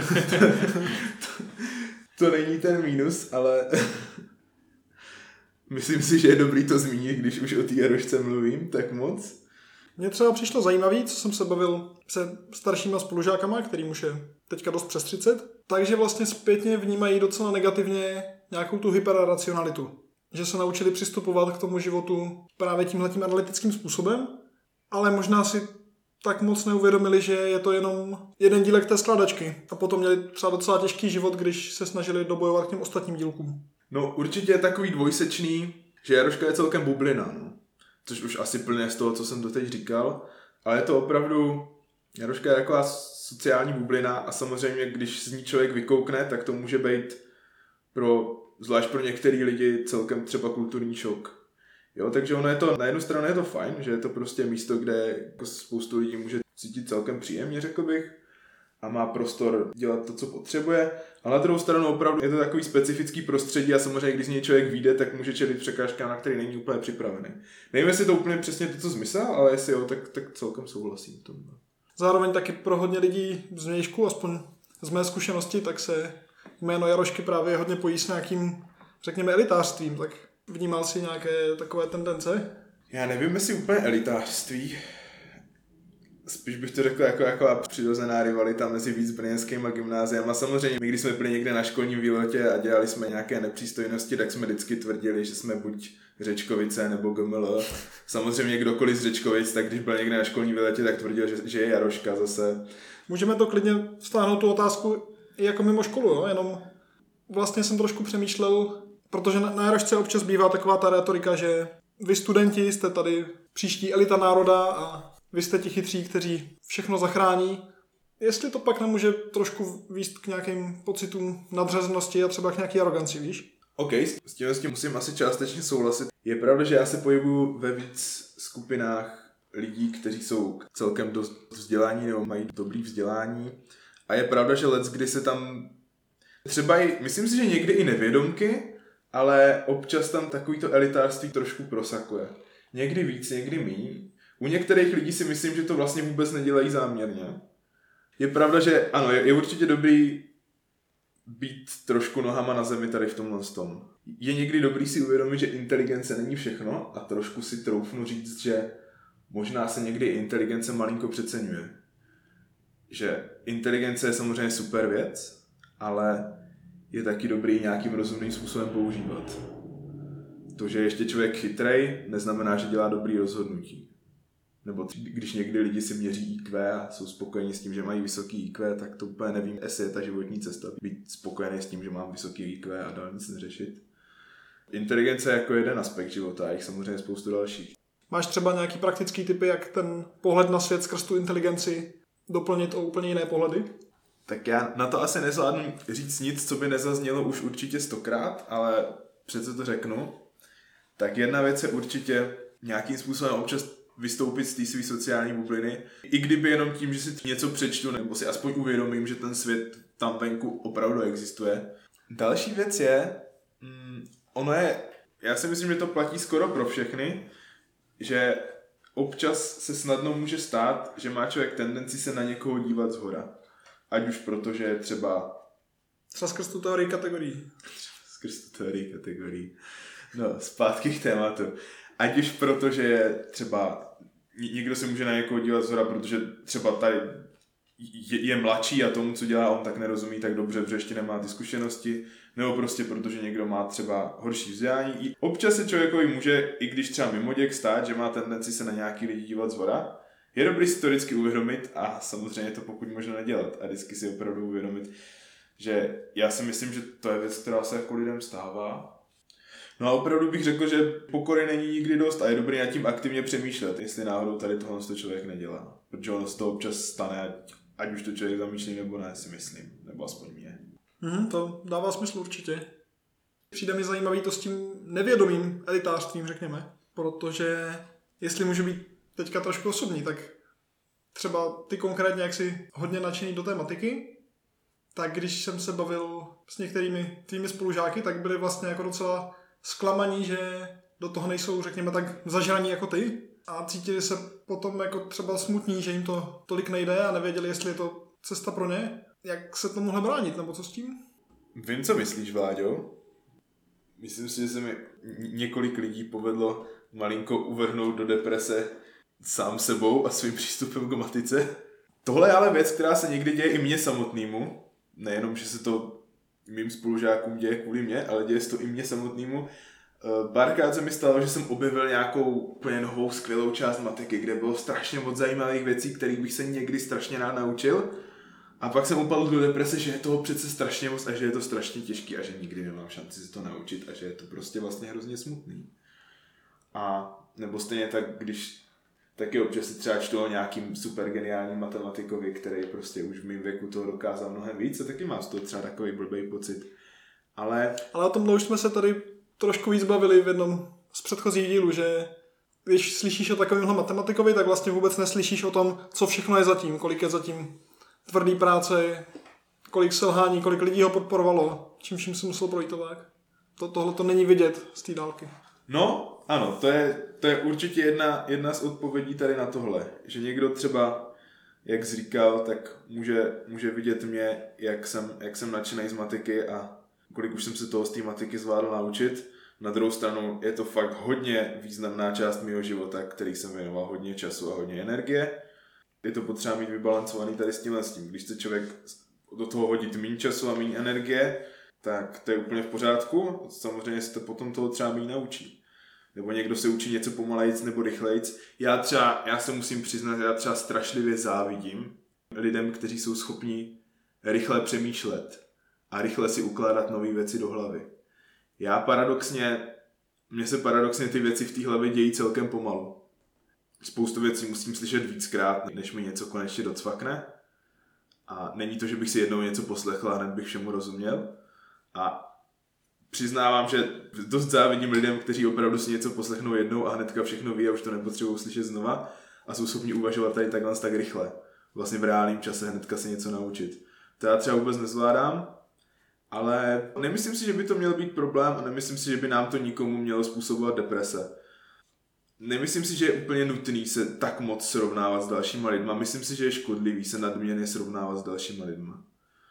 to není ten mínus, ale myslím si, že je dobrý to zmínit, když už o té Jarošce mluvím, tak moc. Mně třeba přišlo zajímavý, co jsem se bavil se staršíma spolužákama, kterým už je teďka dost přes 30, takže vlastně zpětně vnímají docela negativně nějakou tu hyperracionalitu. Že se naučili přistupovat k tomu životu právě tímhletím analytickým způsobem, ale možná si tak moc neuvědomili, že je to jenom jeden dílek té skládačky a potom měli třeba docela těžký život, když se snažili dobojovat k těm ostatním dílkům. No určitě je takový dvojsečný, že Jaroška je celkem bublina, no. Což už asi plně z toho, co jsem doteď říkal, ale je to opravdu, Jaroška je taková sociální bublina a samozřejmě, když z ní člověk vykoukne, tak to může být zvlášť pro některý lidi celkem třeba kulturní šok. Jo, takže ono je to, na jednu stranu je to fajn, že je to prostě místo, kde jako spoustu lidí může cítit celkem příjemně, řekl bych, a má prostor dělat to, co potřebuje, ale na druhou stranu opravdu je to takový specifický prostředí a samozřejmě, když z něj člověk vyjde, tak může čelit překážkám, na který není úplně připravený. Nevím, jestli to úplně přesně to, co zmyslel, ale jestli jo, tak celkem souhlasím tomu. Zároveň taky pro hodně lidí z vnějšku, aspoň z mé zkušenosti, tak se jméno Jarošky právě hodně pojí s nějakým, řekněme, elitářstvím, tak vnímal jsi nějaké takové tendence? Já nevím, jestli úplně elitářství. Spíš bych to řekl jako přirozená rivalita mezi víc brněnskými gymnáziemi. A samozřejmě, my když jsme byli někde na školním výletě a dělali jsme nějaké nepřístojnosti, tak jsme vždycky tvrdili, že jsme buď Řečkovice nebo GML. Samozřejmě kdokoliv z Řečkovic, tak když byl někde na školním výletě, tak tvrdil, že je Jaroška zase. Můžeme to klidně vztáhnout tu otázku i jako mimo školu, jo? Jenom vlastně jsem trošku přemýšlel, protože na Jarošce občas bývá taková ta retorika, že vy studenti jste tady příští elita národa a vy jste ti chytří, kteří všechno zachrání. Jestli to pak nemůže trošku vést k nějakým pocitům nadřazenosti a třeba k nějaký aroganci, víš? OK, s tím musím asi částečně souhlasit. Je pravda, že já se pohybuju ve víc skupinách lidí, kteří jsou celkem dost vzdělání nebo mají dobrý vzdělání. A je pravda, že kdy se tam třeba myslím si, že někdy i nevědomky, ale občas tam takovýto elitářství trošku prosakuje. Někdy víc, někdy míň. U některých lidí si myslím, že to vlastně vůbec nedělají záměrně. Je pravda, že ano, je určitě dobrý být trošku nohama na zemi tady v tomhle tom. Je někdy dobrý si uvědomit, že inteligence není všechno a trošku si troufnu říct, že možná se někdy inteligence malinko přeceňuje. Že inteligence je samozřejmě super věc, ale je taky dobrý nějakým rozumným způsobem používat. To, že ještě člověk chytrej, neznamená, že dělá dobrý rozhodnutí. Nebo když někdy lidi si měří IQ a jsou spokojení s tím, že mají vysoký IQ, tak to úplně nevím, jestli je ta životní cesta být spokojený s tím, že mám vysoký IQ a dál nic neřešit. Inteligence je jako jeden aspekt života a jich samozřejmě spoustu dalších. Máš třeba nějaký praktický tipy, jak ten pohled na svět skrz tu inteligenci doplnit o úplně jiné pohledy? Tak já na to asi nezvládnu říct nic, co by nezaznělo už určitě 100krát, ale přece to řeknu. Tak jedna věc je určitě nějakým způsobem občas vystoupit z té své sociální bubliny. I kdyby jenom tím, že si něco přečtu, nebo si aspoň uvědomím, že ten svět tam venku opravdu existuje. Další věc je, já si myslím, že to platí skoro pro všechny, že občas se snadno může stát, že má člověk tendenci se na někoho dívat zhora. Ať už protože třeba skrz tu teorii kategorií. Skrz tu teorii kategorií. No, zpátky k tématu. Ať už proto, že je třeba někdo se může na někoho dívat zhora, protože třeba tady je mladší a tomu, co dělá on, tak nerozumí tak dobře, protože ještě nemá ty zkušenosti, nebo prostě protože někdo má třeba horší vzdělání. I občas se člověkovi může, i když třeba mimoděk, stát, že má tendenci se na nějaký lidi dívat zhora. Je dobrý si to vždycky uvědomit a samozřejmě to pokud možno nedělat a vždycky si opravdu uvědomit, že já si myslím, že to je věc, která se jako lidem stává. No a opravdu bych řekl, že pokory není nikdy dost a je dobrý nad tím aktivně přemýšlet, jestli náhodou tady tohle to člověk nedělá. Protože ono se to občas stane, ať už to člověk zamýšlí nebo ne, si myslím. Nebo aspoň mě. To dává smysl určitě. Přijde mi zajímavý to s tím nevědomým elitářstvím, řekněme. Protože jestli můžu být teďka trošku osobní, tak třeba ty konkrétně, jak jsi hodně nadšený do té matiky, tak když jsem se bavil s některými tvými spolužáky, tak byli vlastně jako docela zklamaní, že do toho nejsou, řekněme tak, zažraní jako ty a cítili se potom jako třeba smutní, že jim to tolik nejde a nevěděli, jestli je to cesta pro ně. Jak se tomuhle bránit, nebo co s tím? Vím, co myslíš, Vláďo. Myslím si, že se mi několik lidí povedlo malinko uvrhnout do deprese sám sebou a svým přístupem k matice. Tohle je ale věc, která se někdy děje i mně samotnému. Nejenom, že se to mým spolužákům děje kvůli mě, ale děje se to i mně samotnému. Párkrát se mi stalo, že jsem objevil nějakou úplně novou skvělou část matiky, kde bylo strašně moc zajímavých věcí, kterých bych se někdy strašně rád naučil. A pak jsem upadl do deprese, že je toho přece strašně moc a že je to strašně těžký a že nikdy nemám šanci se to naučit a že je to prostě vlastně hrozně smutný. A nebo stejně tak, když taky občas si třeba čtu o nějakým super geniálním matematikovi, který prostě už v mým věku toho dokázal mnohem víc a taky mám z toho třeba takový blbý pocit. Ale o tomhle už jsme se tady trošku víc bavili v jednom z předchozích dílů, že když slyšíš o takovémhle matematikovi, tak vlastně vůbec neslyšíš o tom, co všechno je zatím, kolik je zatím tvrdý práce, kolik selhání, kolik lidí ho podporovalo, čím vším se musel projít to. Tohle to není vidět z té dálky. No, ano, to je určitě jedna z odpovědí tady na tohle, že někdo třeba, jak jsi říkal, tak může vidět mě, jak jsem nadšený z matiky a kolik už jsem se toho z té matiky zvládl naučit. Na druhou stranu je to fakt hodně významná část mého života, který jsem věnoval hodně času a hodně energie. Je to potřeba mít vybalancovaný tady s tím. Když chce člověk do toho hodit méně času a méně energie, tak to je úplně v pořádku. Samozřejmě se to potom toho třeba méně naučí. Nebo někdo se učí něco pomalejc nebo rychlejc. Já se musím přiznat, já třeba strašlivě závidím lidem, kteří jsou schopni rychle přemýšlet a rychle si ukládat nové věci do hlavy. Mně se paradoxně ty věci v té hlavě dějí celkem pomalu. Spoustu věcí musím slyšet víckrát, než mi něco konečně docvakne. A není to, že bych si jednou něco poslechl a hned bych všemu rozuměl. A přiznávám, že dost závidím lidem, kteří opravdu si něco poslechnou jednou a hnedka všechno ví a už to nepotřebují slyšet znova a jsou schopni uvažovat tady takhle tak rychle. Vlastně v reálném čase hnedka si něco naučit. To já třeba vůbec nezvládám, ale nemyslím si, že by to měl být problém a nemyslím si, že by nám to nikomu mělo způsobovat deprese. Nemyslím si, že je úplně nutný se tak moc srovnávat s dalšíma lidma. Myslím si, že je škodlivý se nadměrně srovnávat s dalšíma lidma.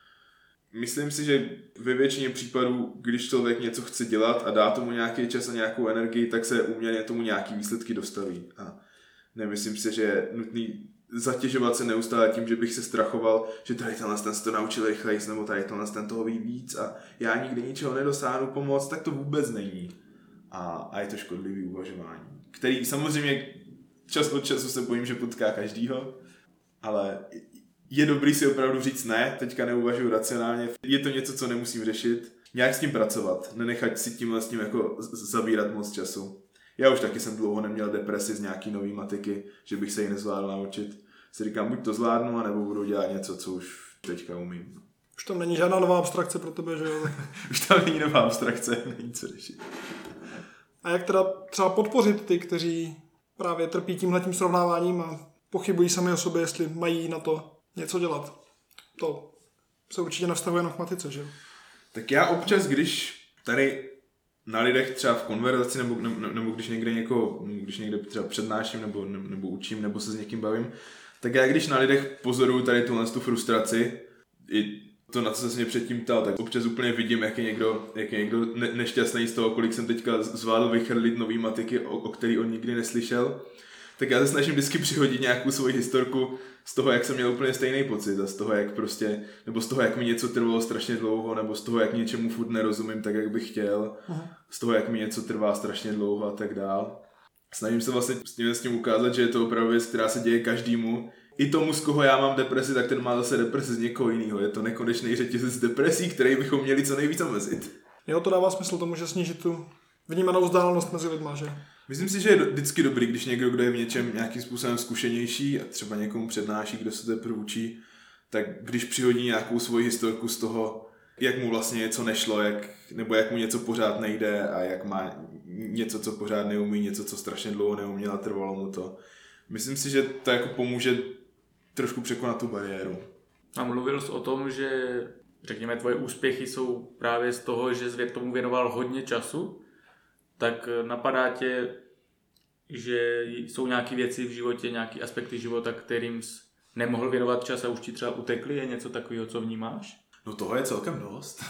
Myslím si, že ve většině případů, když člověk něco chce dělat a dá tomu nějaký čas a nějakou energii, tak se úměrně tomu nějaký výsledky dostaví. A nemyslím si, že je nutný zatěžovat se neustále tím, že bych se strachoval, že tady ten se to naučil rychleji, nebo tady ten toho ví víc a já nikdy ničeho nedosáhnu pomoct, tak to vůbec není. A je to škodlivý uvažování, který samozřejmě čas od času se bojím, že potká každýho, ale je dobrý si opravdu říct ne, teďka neuvažuji racionálně, je to něco, co nemusím řešit, nějak s tím pracovat, nenechat si tímhle s tím jako zabírat moc času. Já už taky jsem dlouho neměl depresi z nějaký nový matiky, že bych se ji nezvládl naučit. Si říkám, buď to zvládnu, anebo budu dělat něco, co už teďka umím. Už tam není žádná nová abstrakce pro tebe, že jo? Už tam není nová abstrakce, není co řešit. A jak teda třeba podpořit ty, kteří právě trpí tímhletím srovnáváním a pochybují sami o sobě, jestli mají na to něco dělat? To se určitě nevztahuje na matice, že jo? Tak já občas, když tady na lidech třeba v konverzaci nebo když někde třeba přednáším nebo učím nebo se s někým bavím, tak já když na lidech pozoruju tady tu frustraci, i to, na co se mě předtím ptal, tak občas úplně vidím, jak je někdo nešťastný z toho, kolik jsem teďka zvládl vychrlit nový matiky, o který on nikdy neslyšel. Tak já se snažím vždycky přihodit nějakou svoji historku z toho, jak jsem měl úplně stejný pocit a z toho, nebo z toho, jak mi něco trvalo strašně dlouho, nebo z toho, jak něčemu furt nerozumím tak, jak bych chtěl, z toho, jak mi něco trvá strašně dlouho a tak dál. Snažím se vlastně s tím ukázat, že je to opravdu věc, která se děje každému. I tomu, z koho já mám depresi, tak ten má zase depresi z někoho jiného. Je to nekonečný řetězec depresí, který bychom měli co nejvíc omezit. Jo, to dává smysl tomu, že snížit tu vnímanou vzdálenost mezi lidma, že? Myslím si, že je vždycky dobrý, když někdo, kdo je v něčem nějakým způsobem zkušenější a třeba někomu přednáší, kdo se teprve učí, tak když přihodí nějakou svoji historku z toho, jak mu vlastně něco nešlo, nebo jak mu něco pořád nejde a jak má něco, co pořád neumí, něco, co strašně dlouho neuměl a trvalo mu to. Myslím si, že to jako pomůže trošku překonat tu bariéru. A mluvil jsi o tom, že řekněme tvoje úspěchy jsou právě z toho, že jsi tomu věnoval hodně času, tak napadá tě, že jsou nějaké věci v životě, nějaké aspekty života, kterým jsi nemohl věnovat čas a už ti třeba utekli? Je něco takového, co vnímáš? No toho je celkem dost.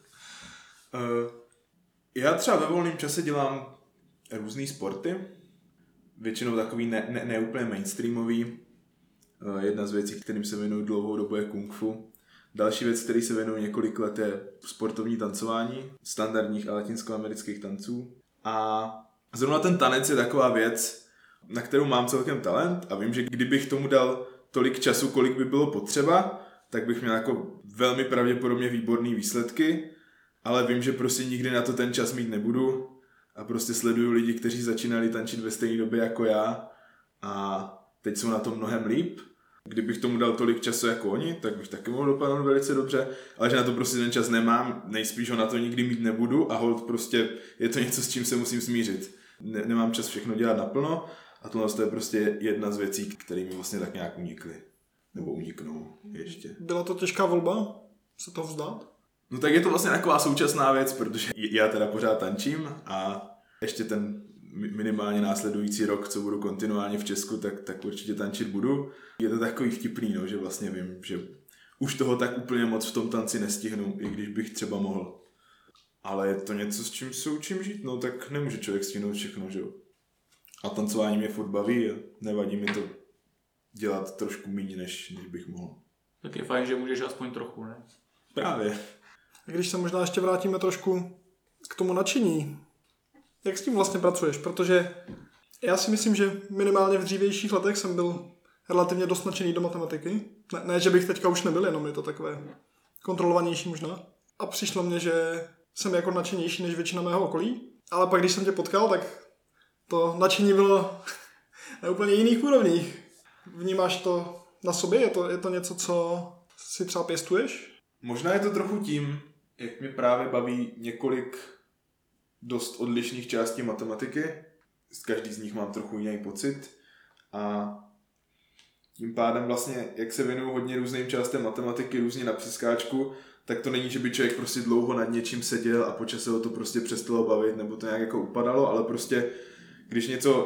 Já třeba ve volném čase dělám různý sporty, většinou takový ne úplně mainstreamový. Jedna z věcí, kterým se věnuju dlouhou dobu, je kung fu. Další věc, který se věnuju několik let, je sportovní tancování standardních a latinskoamerických tanců. A zrovna ten tanec je taková věc, na kterou mám celkem talent a vím, že kdybych tomu dal tolik času, kolik by bylo potřeba, tak bych měl jako velmi pravděpodobně výborné výsledky, ale vím, že prostě nikdy na to ten čas mít nebudu a prostě sleduju lidi, kteří začínali tančit ve stejné době jako já a teď jsou na tom mnohem líp. Kdybych tomu dal tolik času jako oni, tak bych taky mohl dopadnout velice dobře, ale že na to prostě ten čas nemám, nejspíš ho na to nikdy mít nebudu a holt prostě je to něco, s čím se musím smířit. Nemám čas všechno dělat naplno a tohle je prostě jedna z věcí, které mi vlastně tak nějak unikly. Nebo uniknou ještě. Byla to těžká volba se toho vzdát? No tak je to vlastně taková současná věc, protože já teda pořád tančím a ještě ten minimálně následující rok, co budu kontinuálně v Česku, tak určitě tančit budu. Je to takový vtipný, no, že vlastně vím, že už toho tak úplně moc v tom tanci nestihnu, i když bych třeba mohl. Ale je to něco, s čím se učím žít, no tak nemůže člověk stihnout všechno, že jo. A tancování mě furt baví a nevadí mi to dělat trošku méně, než bych mohl. Tak je fajn, že můžeš aspoň trochu, ne? Právě. A když se možná ještě vrátíme trošku k tomu nadšení, jak s tím vlastně pracuješ? Protože já si myslím, že minimálně v dřívějších letech jsem byl relativně dost nadšený do matematiky. Ne, že bych teďka už nebyl, jenom je to takové kontrolovanější možná. A přišlo mně, že jsem jako nadšenější než většina mého okolí. Ale pak, když jsem tě potkal, tak to nadšení bylo na úplně jiných úrovních. Vnímáš to na sobě? Je to něco, co si třeba pěstuješ? Možná je to trochu tím, jak mě právě baví několik dost odlišných částí matematiky. Z každý z nich mám trochu jiný pocit. A tím pádem vlastně, jak se věnuju hodně různým částem matematiky, různě na přeskáčku, tak to není, že by člověk prostě dlouho nad něčím seděl a po čase ho to prostě přestalo bavit, nebo to nějak jako upadalo, ale prostě, když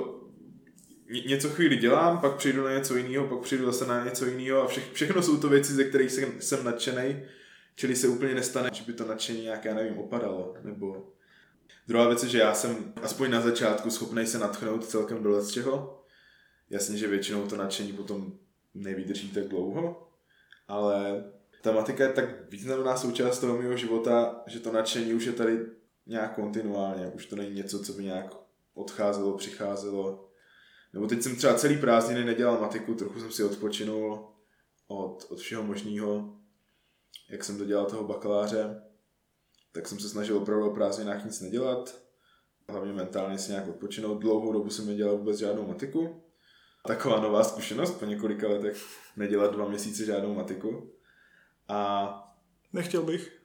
něco chvíli dělám, pak přijdu na něco jiného, pak přijdu zase na něco jiného a všechno jsou to věci, ze kterých jsem nadšenej, čili se úplně nestane, že by to nadšení nějak, já nevím, opadalo, nebo... Druhá věc je, že já jsem aspoň na začátku schopnej se nadchnout celkem do čeho. Jasně, že většinou to nadšení potom nevydrží tak dlouho, ale ta matika je tak významná součást toho mého života, že to nadšení už je tady nějak kontinuálně, už to není něco, co by nějak odcházelo, přicházelo. Nebo teď jsem třeba celý prázdniny nedělal matiku, trochu jsem si odpočinul od všeho možného, jak jsem dodělal toho bakaláře, tak jsem se snažil opravdu o prázdninách nic nedělat, hlavně mentálně si nějak odpočinout. Dlouhou dobu jsem nedělal vůbec žádnou matiku. Taková nová zkušenost po několika letech nedělat 2 měsíce žádnou matiku. A... Nechtěl bych.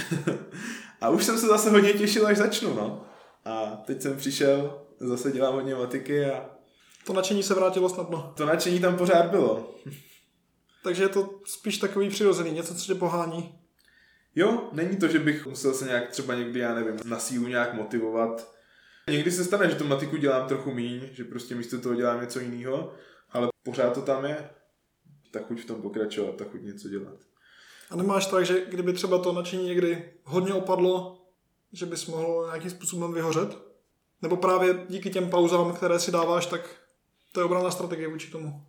A už jsem se zase hodně těšil, až začnu, no. A teď jsem přišel, zase dělám hodně matiky a... To nadšení se vrátilo snadno. To nadšení tam pořád bylo. Takže je to spíš takový přirozený, něco, co tě pohání. Jo, není to, že bych musel se nějak třeba někdy, já nevím, na sílu nějak motivovat. Někdy se stane, že tu matiku dělám trochu míň, že prostě místo toho dělám něco jiného, ale pořád to tam je. Tak chuť v tom pokračovat, tak chuť něco dělat. A nemáš tak, že kdyby třeba to nadšení někdy hodně opadlo, že bys mohl nějakým způsobem vyhořet? Nebo právě díky těm pauzám, které si dáváš, tak to je obranná strategie vůči tomu?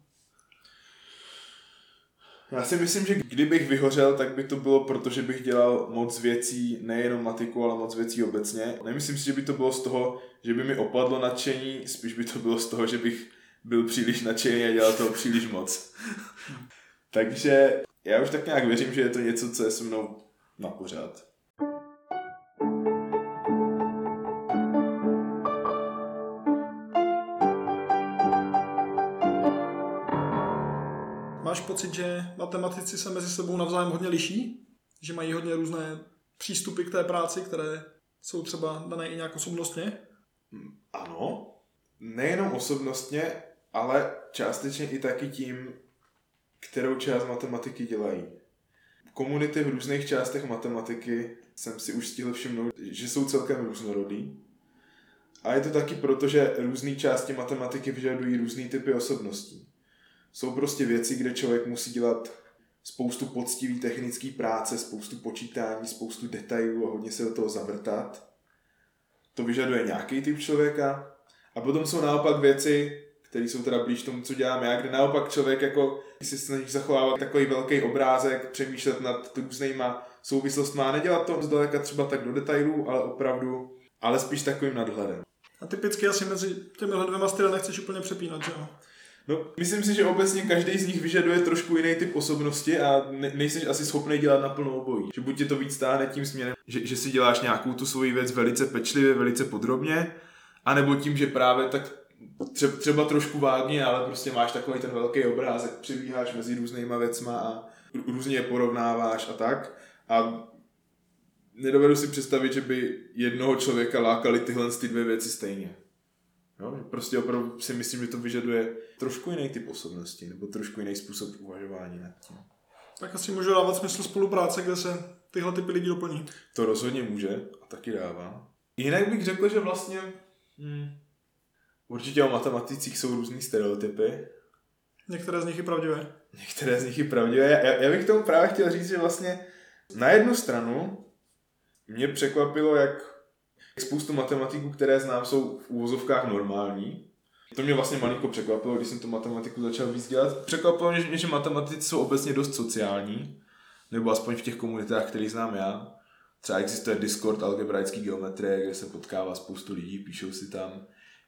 Já si myslím, že kdybych vyhořel, tak by to bylo, protože bych dělal moc věcí, nejenom matiku, ale moc věcí obecně. Nemyslím si, že by to bylo z toho, že by mi opadlo nadšení, spíš by to bylo z toho, že bych byl příliš nadšený a dělal toho příliš moc. Takže já už tak nějak věřím, že je to něco, co je se mnou na pořád. Máš pocit, že matematici se mezi sebou navzájem hodně liší? Že mají hodně různé přístupy k té práci, které jsou třeba dané i nějak osobnostně? Ano, nejenom osobnostně, ale částečně i taky tím, kterou část matematiky dělají. Komunity v různých částech matematiky jsem si už stihl všimnout, že jsou celkem různorodý. A je to taky proto, že různé části matematiky vyžadují různý typy osobností. Jsou prostě věci, kde člověk musí dělat spoustu poctivý technický práce, spoustu počítání, spoustu detailů a hodně se do toho zavrtat. To vyžaduje nějaký typ člověka. A potom jsou naopak věci, které jsou teda blíž tomu, co dělám já, kde naopak člověk jako si snaží zachovávat takový velký obrázek, přemýšlet nad různýma souvislostmi a nedělat to zdaleka třeba tak do detailů, ale opravdu, ale spíš takovým nadhledem. A typicky asi mezi těmihle dvěma styly nechceš úplně přepínat, že jo? No, myslím si, že obecně každý z nich vyžaduje trošku jiný typ osobnosti a nejseš asi schopný dělat naplno obojí. Že buď tě to víc táhne tím směrem, že si děláš nějakou tu svoji věc velice pečlivě, velice podrobně, anebo tím, že právě tak třeba trošku vágně, ale prostě máš takový ten velký obrázek, přibíháš mezi různýma věcma a různě je porovnáváš a tak. A nedovedu si představit, že by jednoho člověka lákaly tyhle ty dvě věci stejně. No, prostě opravdu si myslím, že to vyžaduje trošku jiný typ osobnosti nebo trošku jiný způsob uvažování nad tím. Tak asi může dávat smysl spolupráce, kde se tyhle typy lidí doplní. To rozhodně může a taky dává. Jinak bych řekl, že vlastně určitě o matematicích jsou různý stereotypy. Některé z nich i pravdivé. Některé z nich i pravdivé. Já bych tomu právě chtěl říct, že vlastně na jednu stranu mě překvapilo, jak spoustu matematiků, které znám, jsou v úvozovkách normální. To mě vlastně malinko překvapilo, když jsem tu matematiku začal víc dělat. Překvapilo mě, že matematici jsou obecně dost sociální, nebo aspoň v těch komunitách, které znám já. Třeba existuje Discord algebraický geometrie, kde se potkává spoustu lidí, píšou si tam.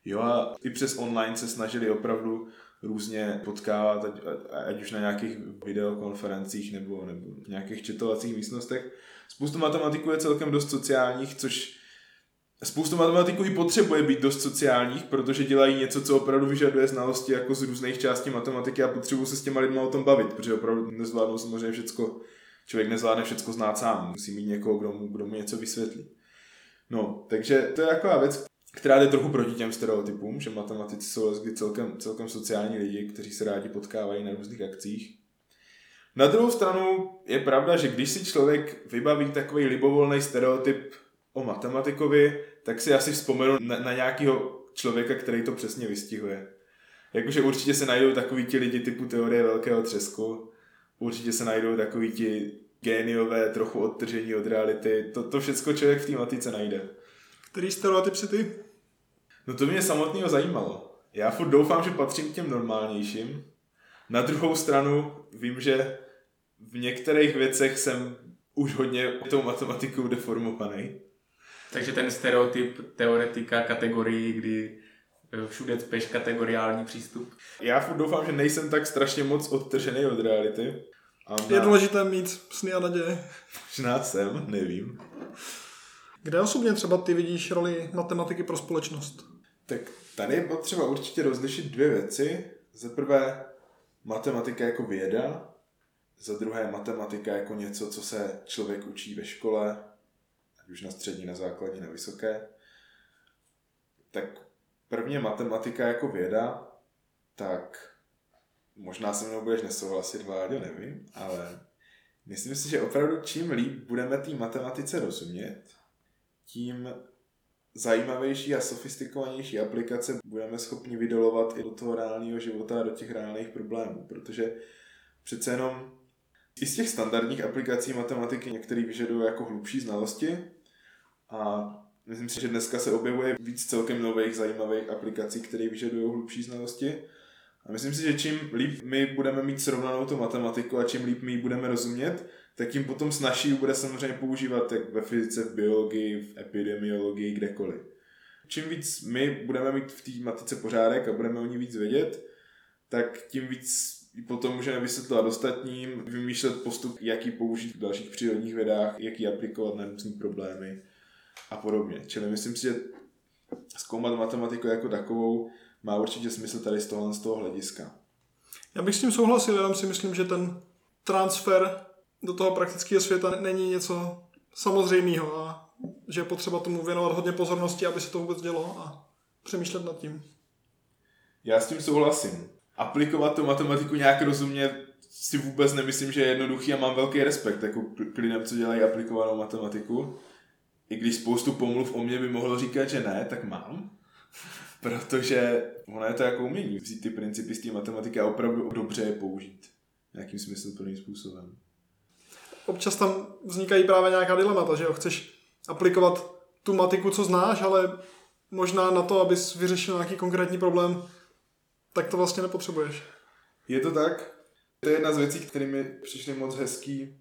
Jo a i přes online se snažili opravdu různě potkávat, ať už na nějakých videokonferencích nebo v nějakých chatovacích místnostech. Spoustu matematiků je celkem dost sociálních, což spoustu matematiků i potřebuje být dost sociálních, protože dělají něco, co opravdu vyžaduje znalosti jako z různých částí matematiky a potřebují se s těma lidma o tom bavit, protože opravdu nezvládnou samozřejmě všecko, člověk nezvládne všecko znát sám, musí mít někoho, kdo mu něco vysvětlí. No, takže to je taková věc, která jde trochu proti těm stereotypům, že matematici jsou celkem sociální lidi, kteří se rádi potkávají na různých akcích. Na druhou stranu je pravda, že když si člověk vybaví takový libovolný stereotyp o matematikovi, tak si asi vzpomenu na nějakého člověka, který to přesně vystihuje. Jakože určitě se najdou takový ti lidi typu teorie velkého třesku, určitě se najdou takový ti géniové, trochu odtržení od reality, to všecko člověk v té matice najde. Který stereotyp si ty? No to mě samotného zajímalo. Já furt doufám, že patřím k těm normálnějším. Na druhou stranu vím, že v některých věcech jsem už hodně tou matematikou deformovaný. Takže ten stereotyp teoretika kategorií, kdy všude cpeš kategoriální přístup. Já furt doufám, že nejsem tak strašně moc odtržený od reality. Je důležité mít sny a naděje. Možná jsem, nevím. Kde osobně třeba ty vidíš roli matematiky pro společnost? Tak tady je potřeba určitě rozlišit dvě věci. Za prvé matematika jako věda, za druhé matematika jako něco, co se člověk učí ve škole, ať už na střední, na základní, na vysoké. Tak prvně matematika jako věda, tak možná se mnou budeš nesouhlasit, Vláďo, nevím, ale myslím si, že opravdu čím líp budeme té matematice rozumět, tím zajímavější a sofistikovanější aplikace budeme schopni vydolovat i do toho reálného života a do těch reálných problémů, protože přece jenom i z těch standardních aplikací matematiky některé vyžadují jako hlubší znalosti a myslím si, že dneska se objevuje víc celkem nových zajímavých aplikací, které vyžadují hlubší znalosti. A myslím si, že čím líp my budeme mít srovnanou tu matematiku a čím líp my ji budeme rozumět, tak tím potom snažší bude samozřejmě používat jak ve fyzice, v biologii, v epidemiologii, kdekoliv. Čím víc my budeme mít v té matice pořádek a budeme o ní víc vědět, tak tím víc potom můžeme vysvětlovat ostatním, vymýšlet postup, jaký použít v dalších přírodních vědách, jaký aplikovat na různé problémy a podobně. Čili myslím si, že zkoumat matematiku jako takovou má určitě smysl tady z toho hlediska. Já bych s tím souhlasil, jenom si myslím, že ten transfer do toho praktického světa není něco samozřejmého a že je potřeba tomu věnovat hodně pozornosti, aby se to vůbec dělo a přemýšlet nad tím. Já s tím souhlasím. Aplikovat tu matematiku nějak rozumně si vůbec nemyslím, že je jednoduchý a mám velký respekt jako k lidem, co dělají aplikovanou matematiku. I když spoustu pomluv o mě by mohlo říkat, že ne, tak mám. Protože ono je to jako umění. Vzít ty principy z té matematiky a opravdu dobře je použít. Nějakým smysluplným způsobem. Občas tam vznikají právě nějaká dilemata, že jo? Chceš aplikovat tu matiku, co znáš, ale možná na to, abys vyřešil nějaký konkrétní problém, tak to vlastně nepotřebuješ. Je to tak? To je jedna z věcí, které mi přišly moc hezký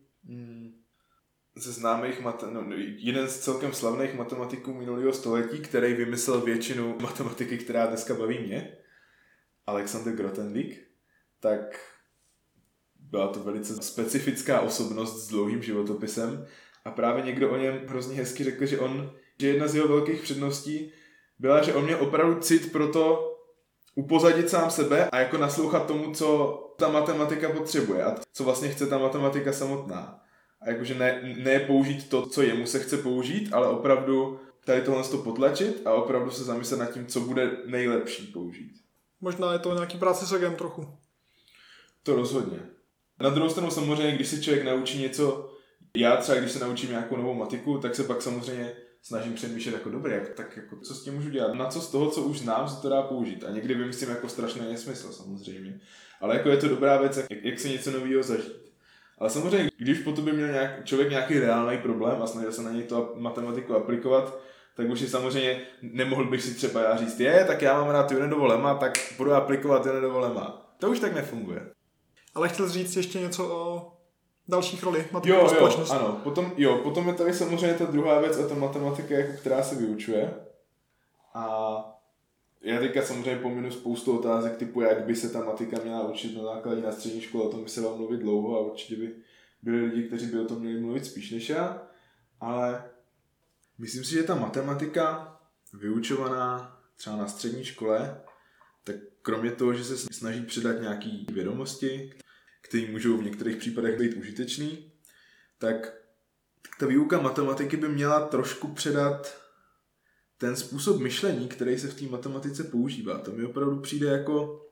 ze známých jeden z celkem slavných matematiků minulého století, který vymyslel většinu matematiky, která dneska baví mě, Alexander Grothendieck, tak byla to velice specifická osobnost s dlouhým životopisem a právě někdo o něm hrozně hezky řekl, že jedna z jeho velkých předností byla, že on měl opravdu cit pro to upozadit sám sebe a jako naslouchat tomu, co ta matematika potřebuje a co vlastně chce ta matematika samotná. A jakože ne použít to, co jemu se chce použít, ale opravdu tady tohle to potlačit a opravdu se zamyslet nad tím, co bude nejlepší použít. Možná je to nějaký práce s egem trochu. To rozhodně. Na druhou stranu samozřejmě, když se člověk naučí něco, já třeba když se naučím nějakou novou matiku, tak se pak samozřejmě snažím přemýšlet jako dobré, tak jako co s tím můžu dělat, na co z toho, co už znám, se to dá použít. A někdy vymyslím jako strašný nesmysl samozřejmě. Ale jako je to dobrá věc, jak se něco nového zažít. Ale samozřejmě, když po tobě měl člověk nějaký reálný problém a snažil se na něj to matematiku aplikovat, tak už si samozřejmě nemohl bych si třeba já říct, tak já mám rád Tyrannovo lemma, tak budu aplikovat Tyrannovo lemma. To už tak nefunguje. Ale chtěl říct ještě něco o dalších roli matematiky pro společnost. Ano, potom je tady samozřejmě ta druhá věc a ta matematika, jako která se vyučuje. A Já teďka samozřejmě pominu spoustu otázek typu, jak by se ta matika měla učit na základní na střední škole, o tom by se dalo mluvit dlouho a určitě by byli lidi, kteří by o tom měli mluvit spíš než já, ale myslím si, že ta matematika vyučovaná třeba na střední škole, tak kromě toho, že se snaží předat nějaké vědomosti, které můžou v některých případech být užitečný, tak ta výuka matematiky by měla trošku předat ten způsob myšlení, který se v té matematice používá. To mi opravdu přijde jako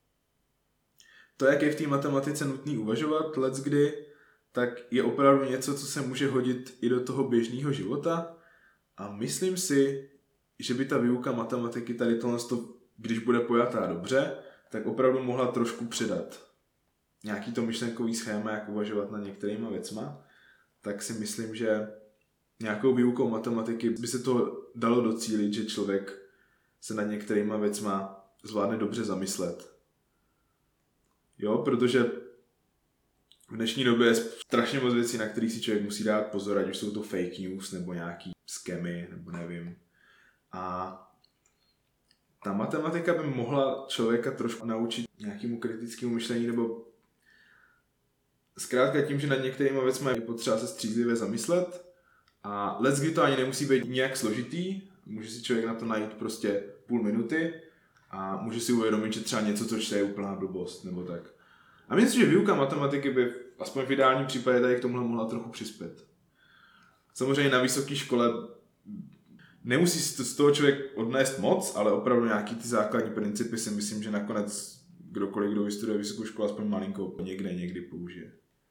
to, jak je v té matematice nutný uvažovat leckdy, tak je opravdu něco, co se může hodit i do toho běžného života. A myslím si, že by ta výuka matematiky tady tohle, když bude pojatá dobře, tak opravdu mohla trošku předat nějaký to myšlenkový schéma, jak uvažovat nad některýma věcma. Tak si myslím, že nějakou výukou matematiky by se to dalo docílit, že člověk se nad některýma věcma zvládne dobře zamyslet. Jo, protože v dnešní době je strašně moc věcí, na kterých si člověk musí dát pozor, ať už jsou to fake news nebo nějaký skemy, nebo nevím. A ta matematika by mohla člověka trošku naučit nějakému kritickému myšlení, nebo zkrátka tím, že nad některýma věcmi je potřeba se střízlivě zamyslet a leckdy to ani nemusí být nějak složitý, může si člověk na to najít prostě půl minuty a může si uvědomit, že třeba něco, co čte, je úplná blbost, nebo tak. A myslím si, že výuka matematiky by aspoň v ideálním případě tady k tomuhle mohla trochu přispět. Samozřejmě na vysoké škole nemusí si z toho člověk odnést moc, ale opravdu nějaký ty základní principy si myslím, že nakonec kdokoliv, kdo vystuduje vysokou školu, aspoň malinkou někdy použije.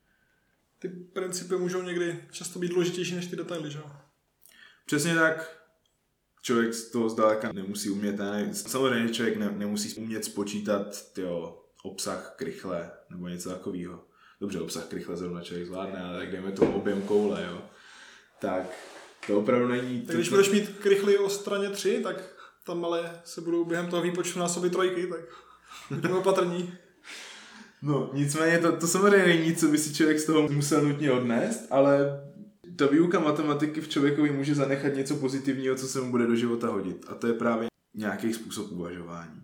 Ty principy můžou někdy často být důležitější než ty detaily, že jo? Přesně tak. Člověk z toho zdaleka nemusí umět. Samozřejmě člověk nemusí umět spočítat obsah krychle nebo něco takového. Dobře, obsah krychle zrovna člověk zvládne, ale tak dejme tomu objem koule, jo. Tak to opravdu není... Tak když budeš mít krychly o straně 3, tak tam ale se budou během toho výpočtu násobit trojky, tak buďme opatrní. No, nicméně to samozřejmě není nic, co by si člověk z toho musel nutně odnést, ale ta výuka matematiky v člověkovi může zanechat něco pozitivního, co se mu bude do života hodit. A to je právě nějaký způsob uvažování.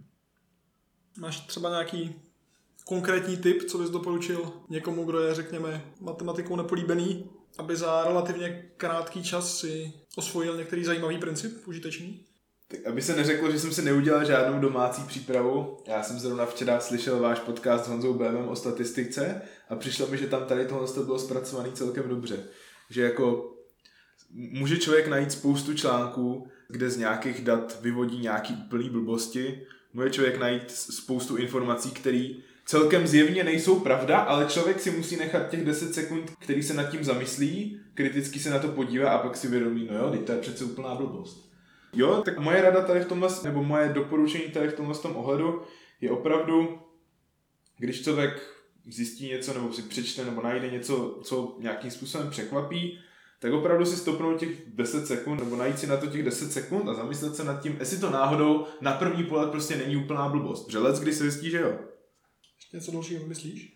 Máš třeba nějaký konkrétní tip, co bys doporučil někomu, kdo je, řekněme, matematikou nepolíbený, aby za relativně krátký čas si osvojil některý zajímavý princip, užitečný? Tak aby se neřeklo, že jsem si neudělal žádnou domácí přípravu, já jsem zrovna včera slyšel váš podcast s Honzou Bémem o statistice a přišlo mi, že tam tady tohle bylo zpracované celkem dobře. Že jako může člověk najít spoustu článků, kde z nějakých dat vyvodí nějaký úplný blbosti, může člověk najít spoustu informací, které celkem zjevně nejsou pravda, ale člověk si musí nechat těch 10 sekund, který se nad tím zamyslí, kriticky se na to podívá a pak si uvědomí, no jo, teď to je přece úplná blbost. Jo, tak moje rada tady v tomhle, nebo moje doporučení tady v tomhle ohledu je opravdu, když člověk zjistí něco, nebo si přečte, nebo najde něco, co nějakým způsobem překvapí, tak opravdu si stopnout těch 10 sekund, nebo najít si na to těch 10 sekund a zamyslet se nad tím, jestli to náhodou na první pohled prostě není úplná blbost. Protože leckdy se zjistí, že jo. Ještě něco dalšího myslíš?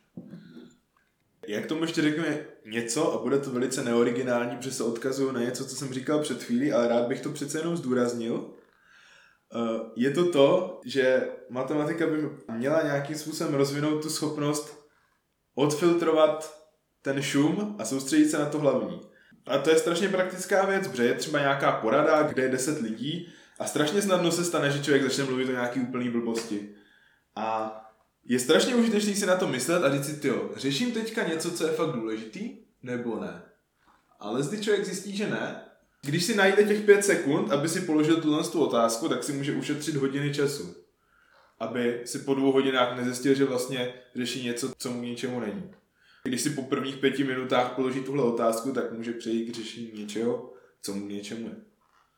Já k tomu ještě řeknu něco a bude to velice neoriginální, protože se odkazuju na něco, co jsem říkal před chvílí, ale rád bych to přece jenom zdůraznil. Je to, že matematika by měla nějakým způsobem rozvinout tu schopnost odfiltrovat ten šum a soustředit se na to hlavní. A to je strašně praktická věc, protože je třeba nějaká porada, kde je 10 lidí a strašně snadno se stane, že člověk začne mluvit o nějaký úplný blbosti. A je strašně užitečný si na to myslet a říct si, řeším teďka něco, co je fakt důležitý, nebo ne? Ale zdy člověk zjistí, že ne. Když si najde těch 5 sekund, aby si položil tu otázku, tak si může ušetřit hodiny času. Aby si po 2 hodinách nezjistil, že vlastně řeší něco, co mu ničemu není. Když si po prvních 5 minutách položí tuhle otázku, tak může přejít k řešení něčeho, co mu něčemu je.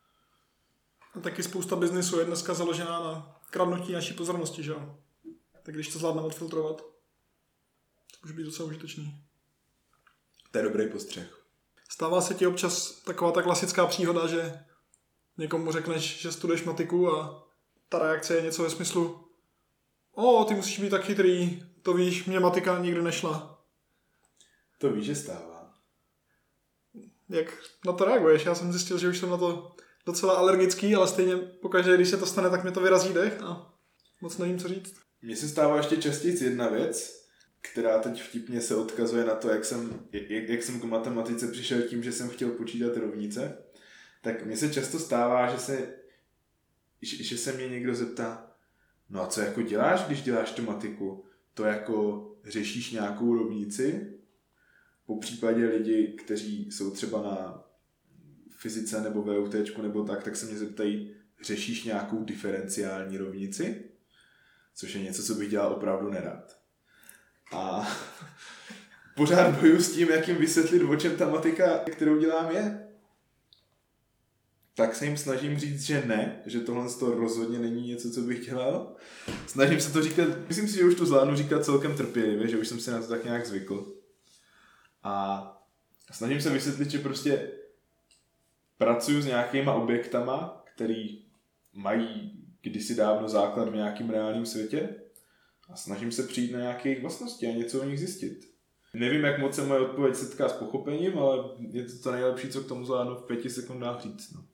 A taky spousta biznesu je dneska založená na kradnutí naší pozornosti, že jo? Tak když to zvládneme odfiltrovat, to může být docela užitečný. To je dobrý postřeh. Stává se ti občas taková ta klasická příhoda, že někomu řekneš, že studuješ matiku a ta reakce je něco ve smyslu ty musíš být tak chytrý, to víš, mě matika nikdy nešla. To víš, že stává. Jak na to reaguješ? Já jsem zjistil, že už jsem na docela alergický, ale stejně pokaždé, když se to stane, tak mě to vyrazí dech a moc nevím, co říct. Mně se stává ještě častěji jedna věc, která teď vtipně se odkazuje na to, jak jsem k matematice přišel tím, že jsem chtěl počítat rovnice. Tak mně se často stává, že se mě někdo zeptá, no a co jako děláš, když děláš tu matiku? To jako řešíš nějakou rovnici? Po případě lidi, kteří jsou třeba na fyzice nebo VUT nebo tak se mě zeptají, řešíš nějakou diferenciální rovnici? Což je něco, co bych dělal opravdu nerad. A pořád bojuju s tím, jak jim vysvětlit, o čem ta matika, kterou dělám, je. Tak se jim snažím říct, že ne, že tohle rozhodně není něco, co bych dělal. Snažím se to říkat, myslím si, že už to zvládnu říkat celkem trpělivě, že už jsem si na to tak nějak zvykl. A snažím se vysvětlit, že prostě pracuji s nějakýma objektama, který mají kdysi dávno základ v nějakém reálném světě a snažím se přijít na nějaké jejich vlastnosti a něco o nich zjistit. Nevím, jak moc se moje odpověď setká s pochopením, ale je to nejlepší, co k tomu zvládnu v 5 sekundách říct. No.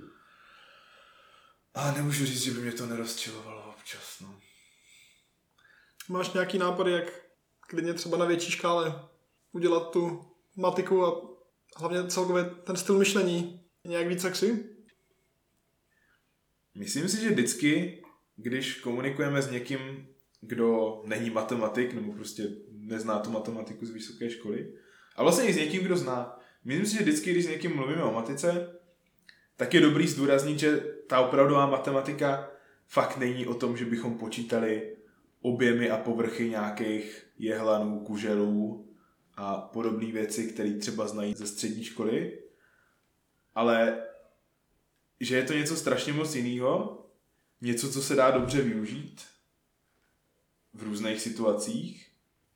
A nemůžu říct, že by mě to nerozčilovalo občas. No. Máš nějaký nápady, jak klidně třeba na větší škále udělat tu matiku a hlavně celkově ten styl myšlení nějak víc sexy? Myslím si, že vždycky, když komunikujeme s někým, kdo není matematik, nebo prostě nezná tu matematiku z vysoké školy, a vlastně i s někým, kdo zná. Myslím si, že vždycky, když s někým mluvíme o matice, tak je dobrý zdůraznit, že ta opravdová matematika fakt není o tom, že bychom počítali objemy a povrchy nějakých jehlanů, kuželů a podobné věci, které třeba znají ze střední školy, ale že je to něco strašně moc jiného, něco, co se dá dobře využít v různých situacích.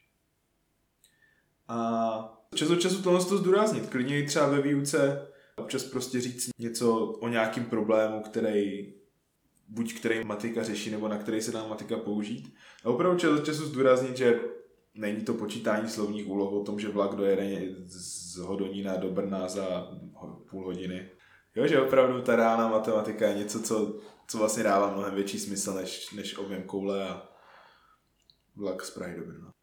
A čas od času tohle to zdůraznit. Klidně i třeba ve výuce občas prostě říct něco o nějakým problému, který matika řeší, nebo na který se dá matika použít. A opravdu čas od času zdůraznit, že není to počítání slovních úloh o tom, že vlak dojede z Hodonína do Brna za půl hodiny. Jo, že opravdu ta reálná matematika je něco, co vlastně dává mnohem větší smysl než objem koule a vlak z Prahy do Brna.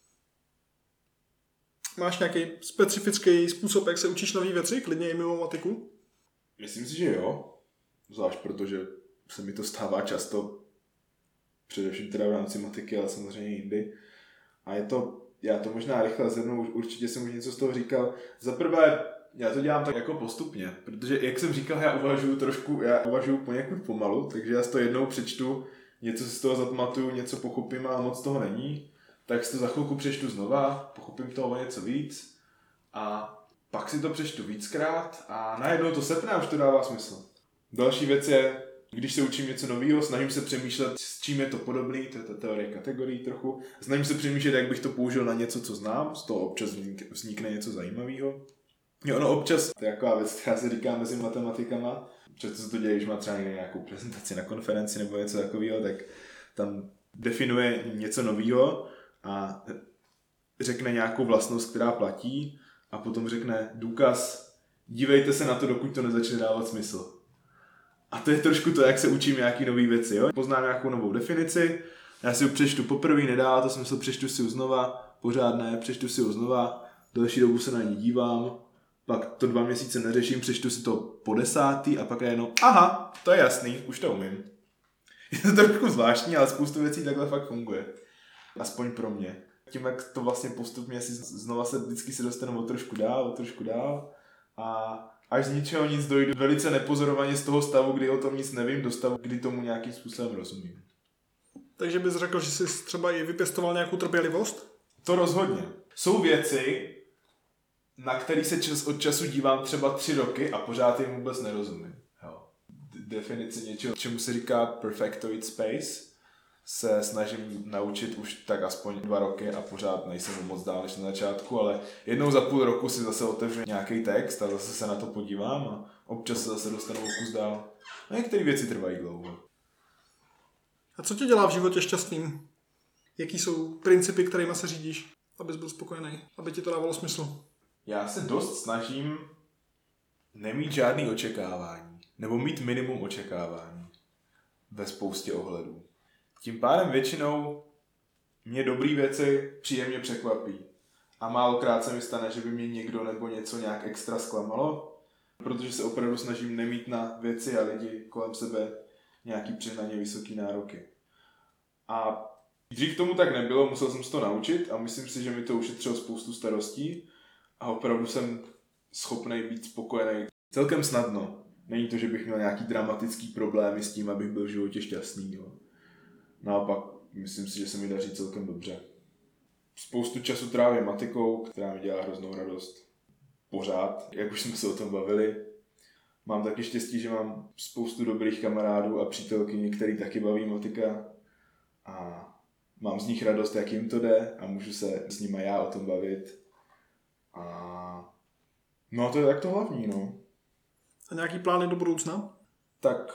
Máš nějaký specifický způsob, jak se učíš nové věci, klidně i mimo matiku? Myslím si, že jo. Zvlášť protože se mi to stává často, především teda v rámci matiky, ale samozřejmě jindy. A já to možná rychle zhrnu, určitě jsem už něco z toho říkal. Za prvé, já to dělám tak jako postupně, protože jak jsem říkal, já uvažuju poněkud pomalu, takže já si to jednou přečtu, něco si z toho zapamatuju, něco pochopím a moc toho není, tak si to za chvilku přečtu znova, pochopím toho o něco víc a pak si to přečtu víckrát a najednou to sepne a už to dává smysl. Další věc je, když se učím něco nového, snažím se přemýšlet, s čím je to podobný, to je ta teorie kategorií trochu. Snažím se přemýšlet, jak bych to použil na něco, co znám, z toho občas vznikne něco zajímavého. Jo, ono občas, to je taková věc, která se říká mezi matematikama, často se to děje, když má třeba nějakou prezentaci na konferenci nebo něco takového, tak tam definuje něco nového a řekne nějakou vlastnost, která platí a potom řekne důkaz, dívejte se na to, dokud to nezačne dávat smysl. A to je trošku to, jak se učím nějaký nový věci. Jo? Poznám nějakou novou definici, já si ji přečtu poprvé, nedává to smysl, přečtu si ji znova, pořád ne, přečtu si ji znova, další dobu se na ní dívám, pak to 2 měsíce neřeším, přečtu si to po 10. a pak jenom, aha, to je jasný, už to umím. Je to trošku zvláštní, ale spoustu věcí takhle fakt funguje. Aspoň pro mě. Tím, jak to vlastně postupně si znova vždycky se dostanu o trošku dál a až z ničeho nic dojdu velice nepozorovaně z toho stavu, kdy o tom nic nevím, do stavu, kdy tomu nějakým způsobem rozumím. Takže bys řekl, že jsi třeba i vypěstoval nějakou trpělivost? To rozhodně. Jsou věci, na který se čas od času dívám třeba 3 roky a pořád jim vůbec nerozumím. Jo. Definice něčeho, čemu se říká perfectoid space, se snažím naučit už tak aspoň 2 roky a pořád nejsem moc dál než na začátku, ale jednou za půl roku si zase otevřu nějaký text a zase se na to podívám a občas se zase dostanu o kus dál. A některé věci trvají dlouho. A co tě dělá v životě šťastným? Jaký jsou principy, kterými se řídíš, abys byl spokojený, aby ti to dávalo smysl? Já se dost snažím nemít žádný očekávání, nebo mít minimum očekávání ve spoustě ohledů. Tím pádem většinou mě dobrý věci příjemně překvapí. A málokrát se mi stane, že by mě někdo nebo něco nějak extra zklamalo, protože se opravdu snažím nemít na věci a lidi kolem sebe nějaký přehnaně vysoký nároky. A dřív tomu tak nebylo, musel jsem se to naučit a myslím si, že mi to ušetřilo spoustu starostí a opravdu jsem schopný být spokojený celkem snadno. Není to, že bych měl nějaký dramatický problémy s tím, abych byl v životě šťastný. Jo. Naopak, myslím si, že se mi daří celkem dobře. Spoustu času trávím matikou, která mi dělá hroznou radost. Pořád, jak už jsme se o tom bavili. Mám taky štěstí, že mám spoustu dobrých kamarádů a přítelkyní, který taky baví matika. A mám z nich radost, jak jim to jde a můžu se s nimi já o tom bavit. A no to je tak to hlavní, no. A nějaký plány do budoucna? Tak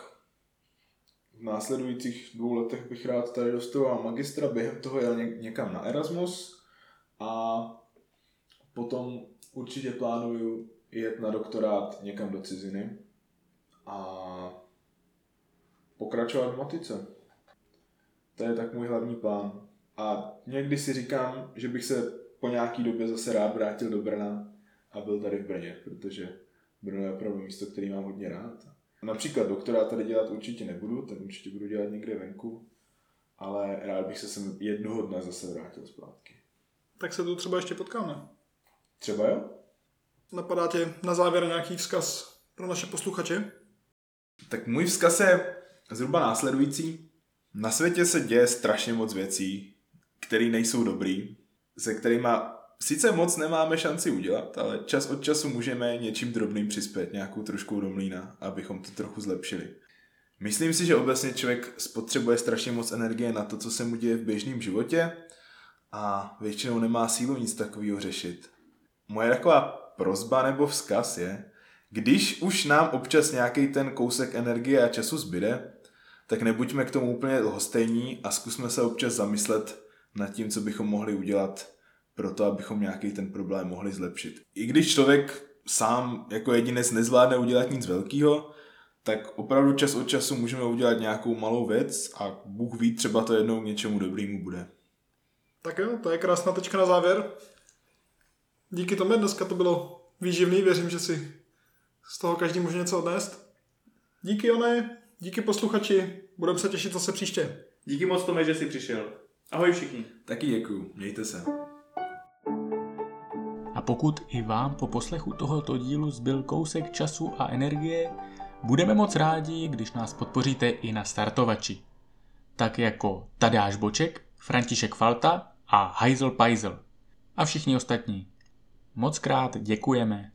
v následujících 2 letech bych rád tady dostudoval magistra, během toho jel někam na Erasmus a potom určitě plánuju jet na doktorát někam do ciziny a pokračovat v matice. To je tak můj hlavní plán. A někdy si říkám, že bych se po nějaký době zase rád vrátil do Brna a byl tady v Brně, protože Brno je opravdu místo, který mám hodně rád. Například doktorát tady dělat určitě nebudu, ten určitě budu dělat někde venku, ale rád bych se sem jednoho dne zase vrátil zpátky. Tak se tu třeba ještě potkáme. Třeba jo? Napadá tě na závěr nějaký vzkaz pro naše posluchače? Tak můj vzkaz je zhruba následující. Na světě se děje strašně moc věcí, které nejsou dobrý, se kterými sice moc nemáme šanci udělat, ale čas od času můžeme něčím drobným přispět, nějakou trošku do mlýna, abychom to trochu zlepšili. Myslím si, že obecně člověk spotřebuje strašně moc energie na to, co se mu děje v běžném životě a většinou nemá sílu nic takového řešit. Moje taková prosba nebo vzkaz je, když už nám občas nějaký ten kousek energie a času zbyde, tak nebuďme k tomu úplně lhostejní a zkusme se občas zamyslet nad tím, co bychom mohli udělat pro to, abychom nějaký ten problém mohli zlepšit. I když člověk sám jako jedinec nezvládne udělat nic velkého, tak opravdu čas od času můžeme udělat nějakou malou věc a Bůh ví, třeba to jednou k něčemu dobrému bude. Tak jo, to je krásná tečka na závěr. Díky tomu dneska to bylo výživný, věřím, že si z toho každý může něco odnést. Díky Jone, díky posluchači, budeme se těšit zase příště. Díky moc Tome, že jsi přišel. Ahoj všichni. Taky děkuju, mějte se. A pokud i vám po poslechu tohoto dílu zbyl kousek času a energie, budeme moc rádi, když nás podpoříte i na startovači. Tak jako Tadáš Boček, František Falta a Hajzel Pajzel. A všichni ostatní. Moc krát děkujeme.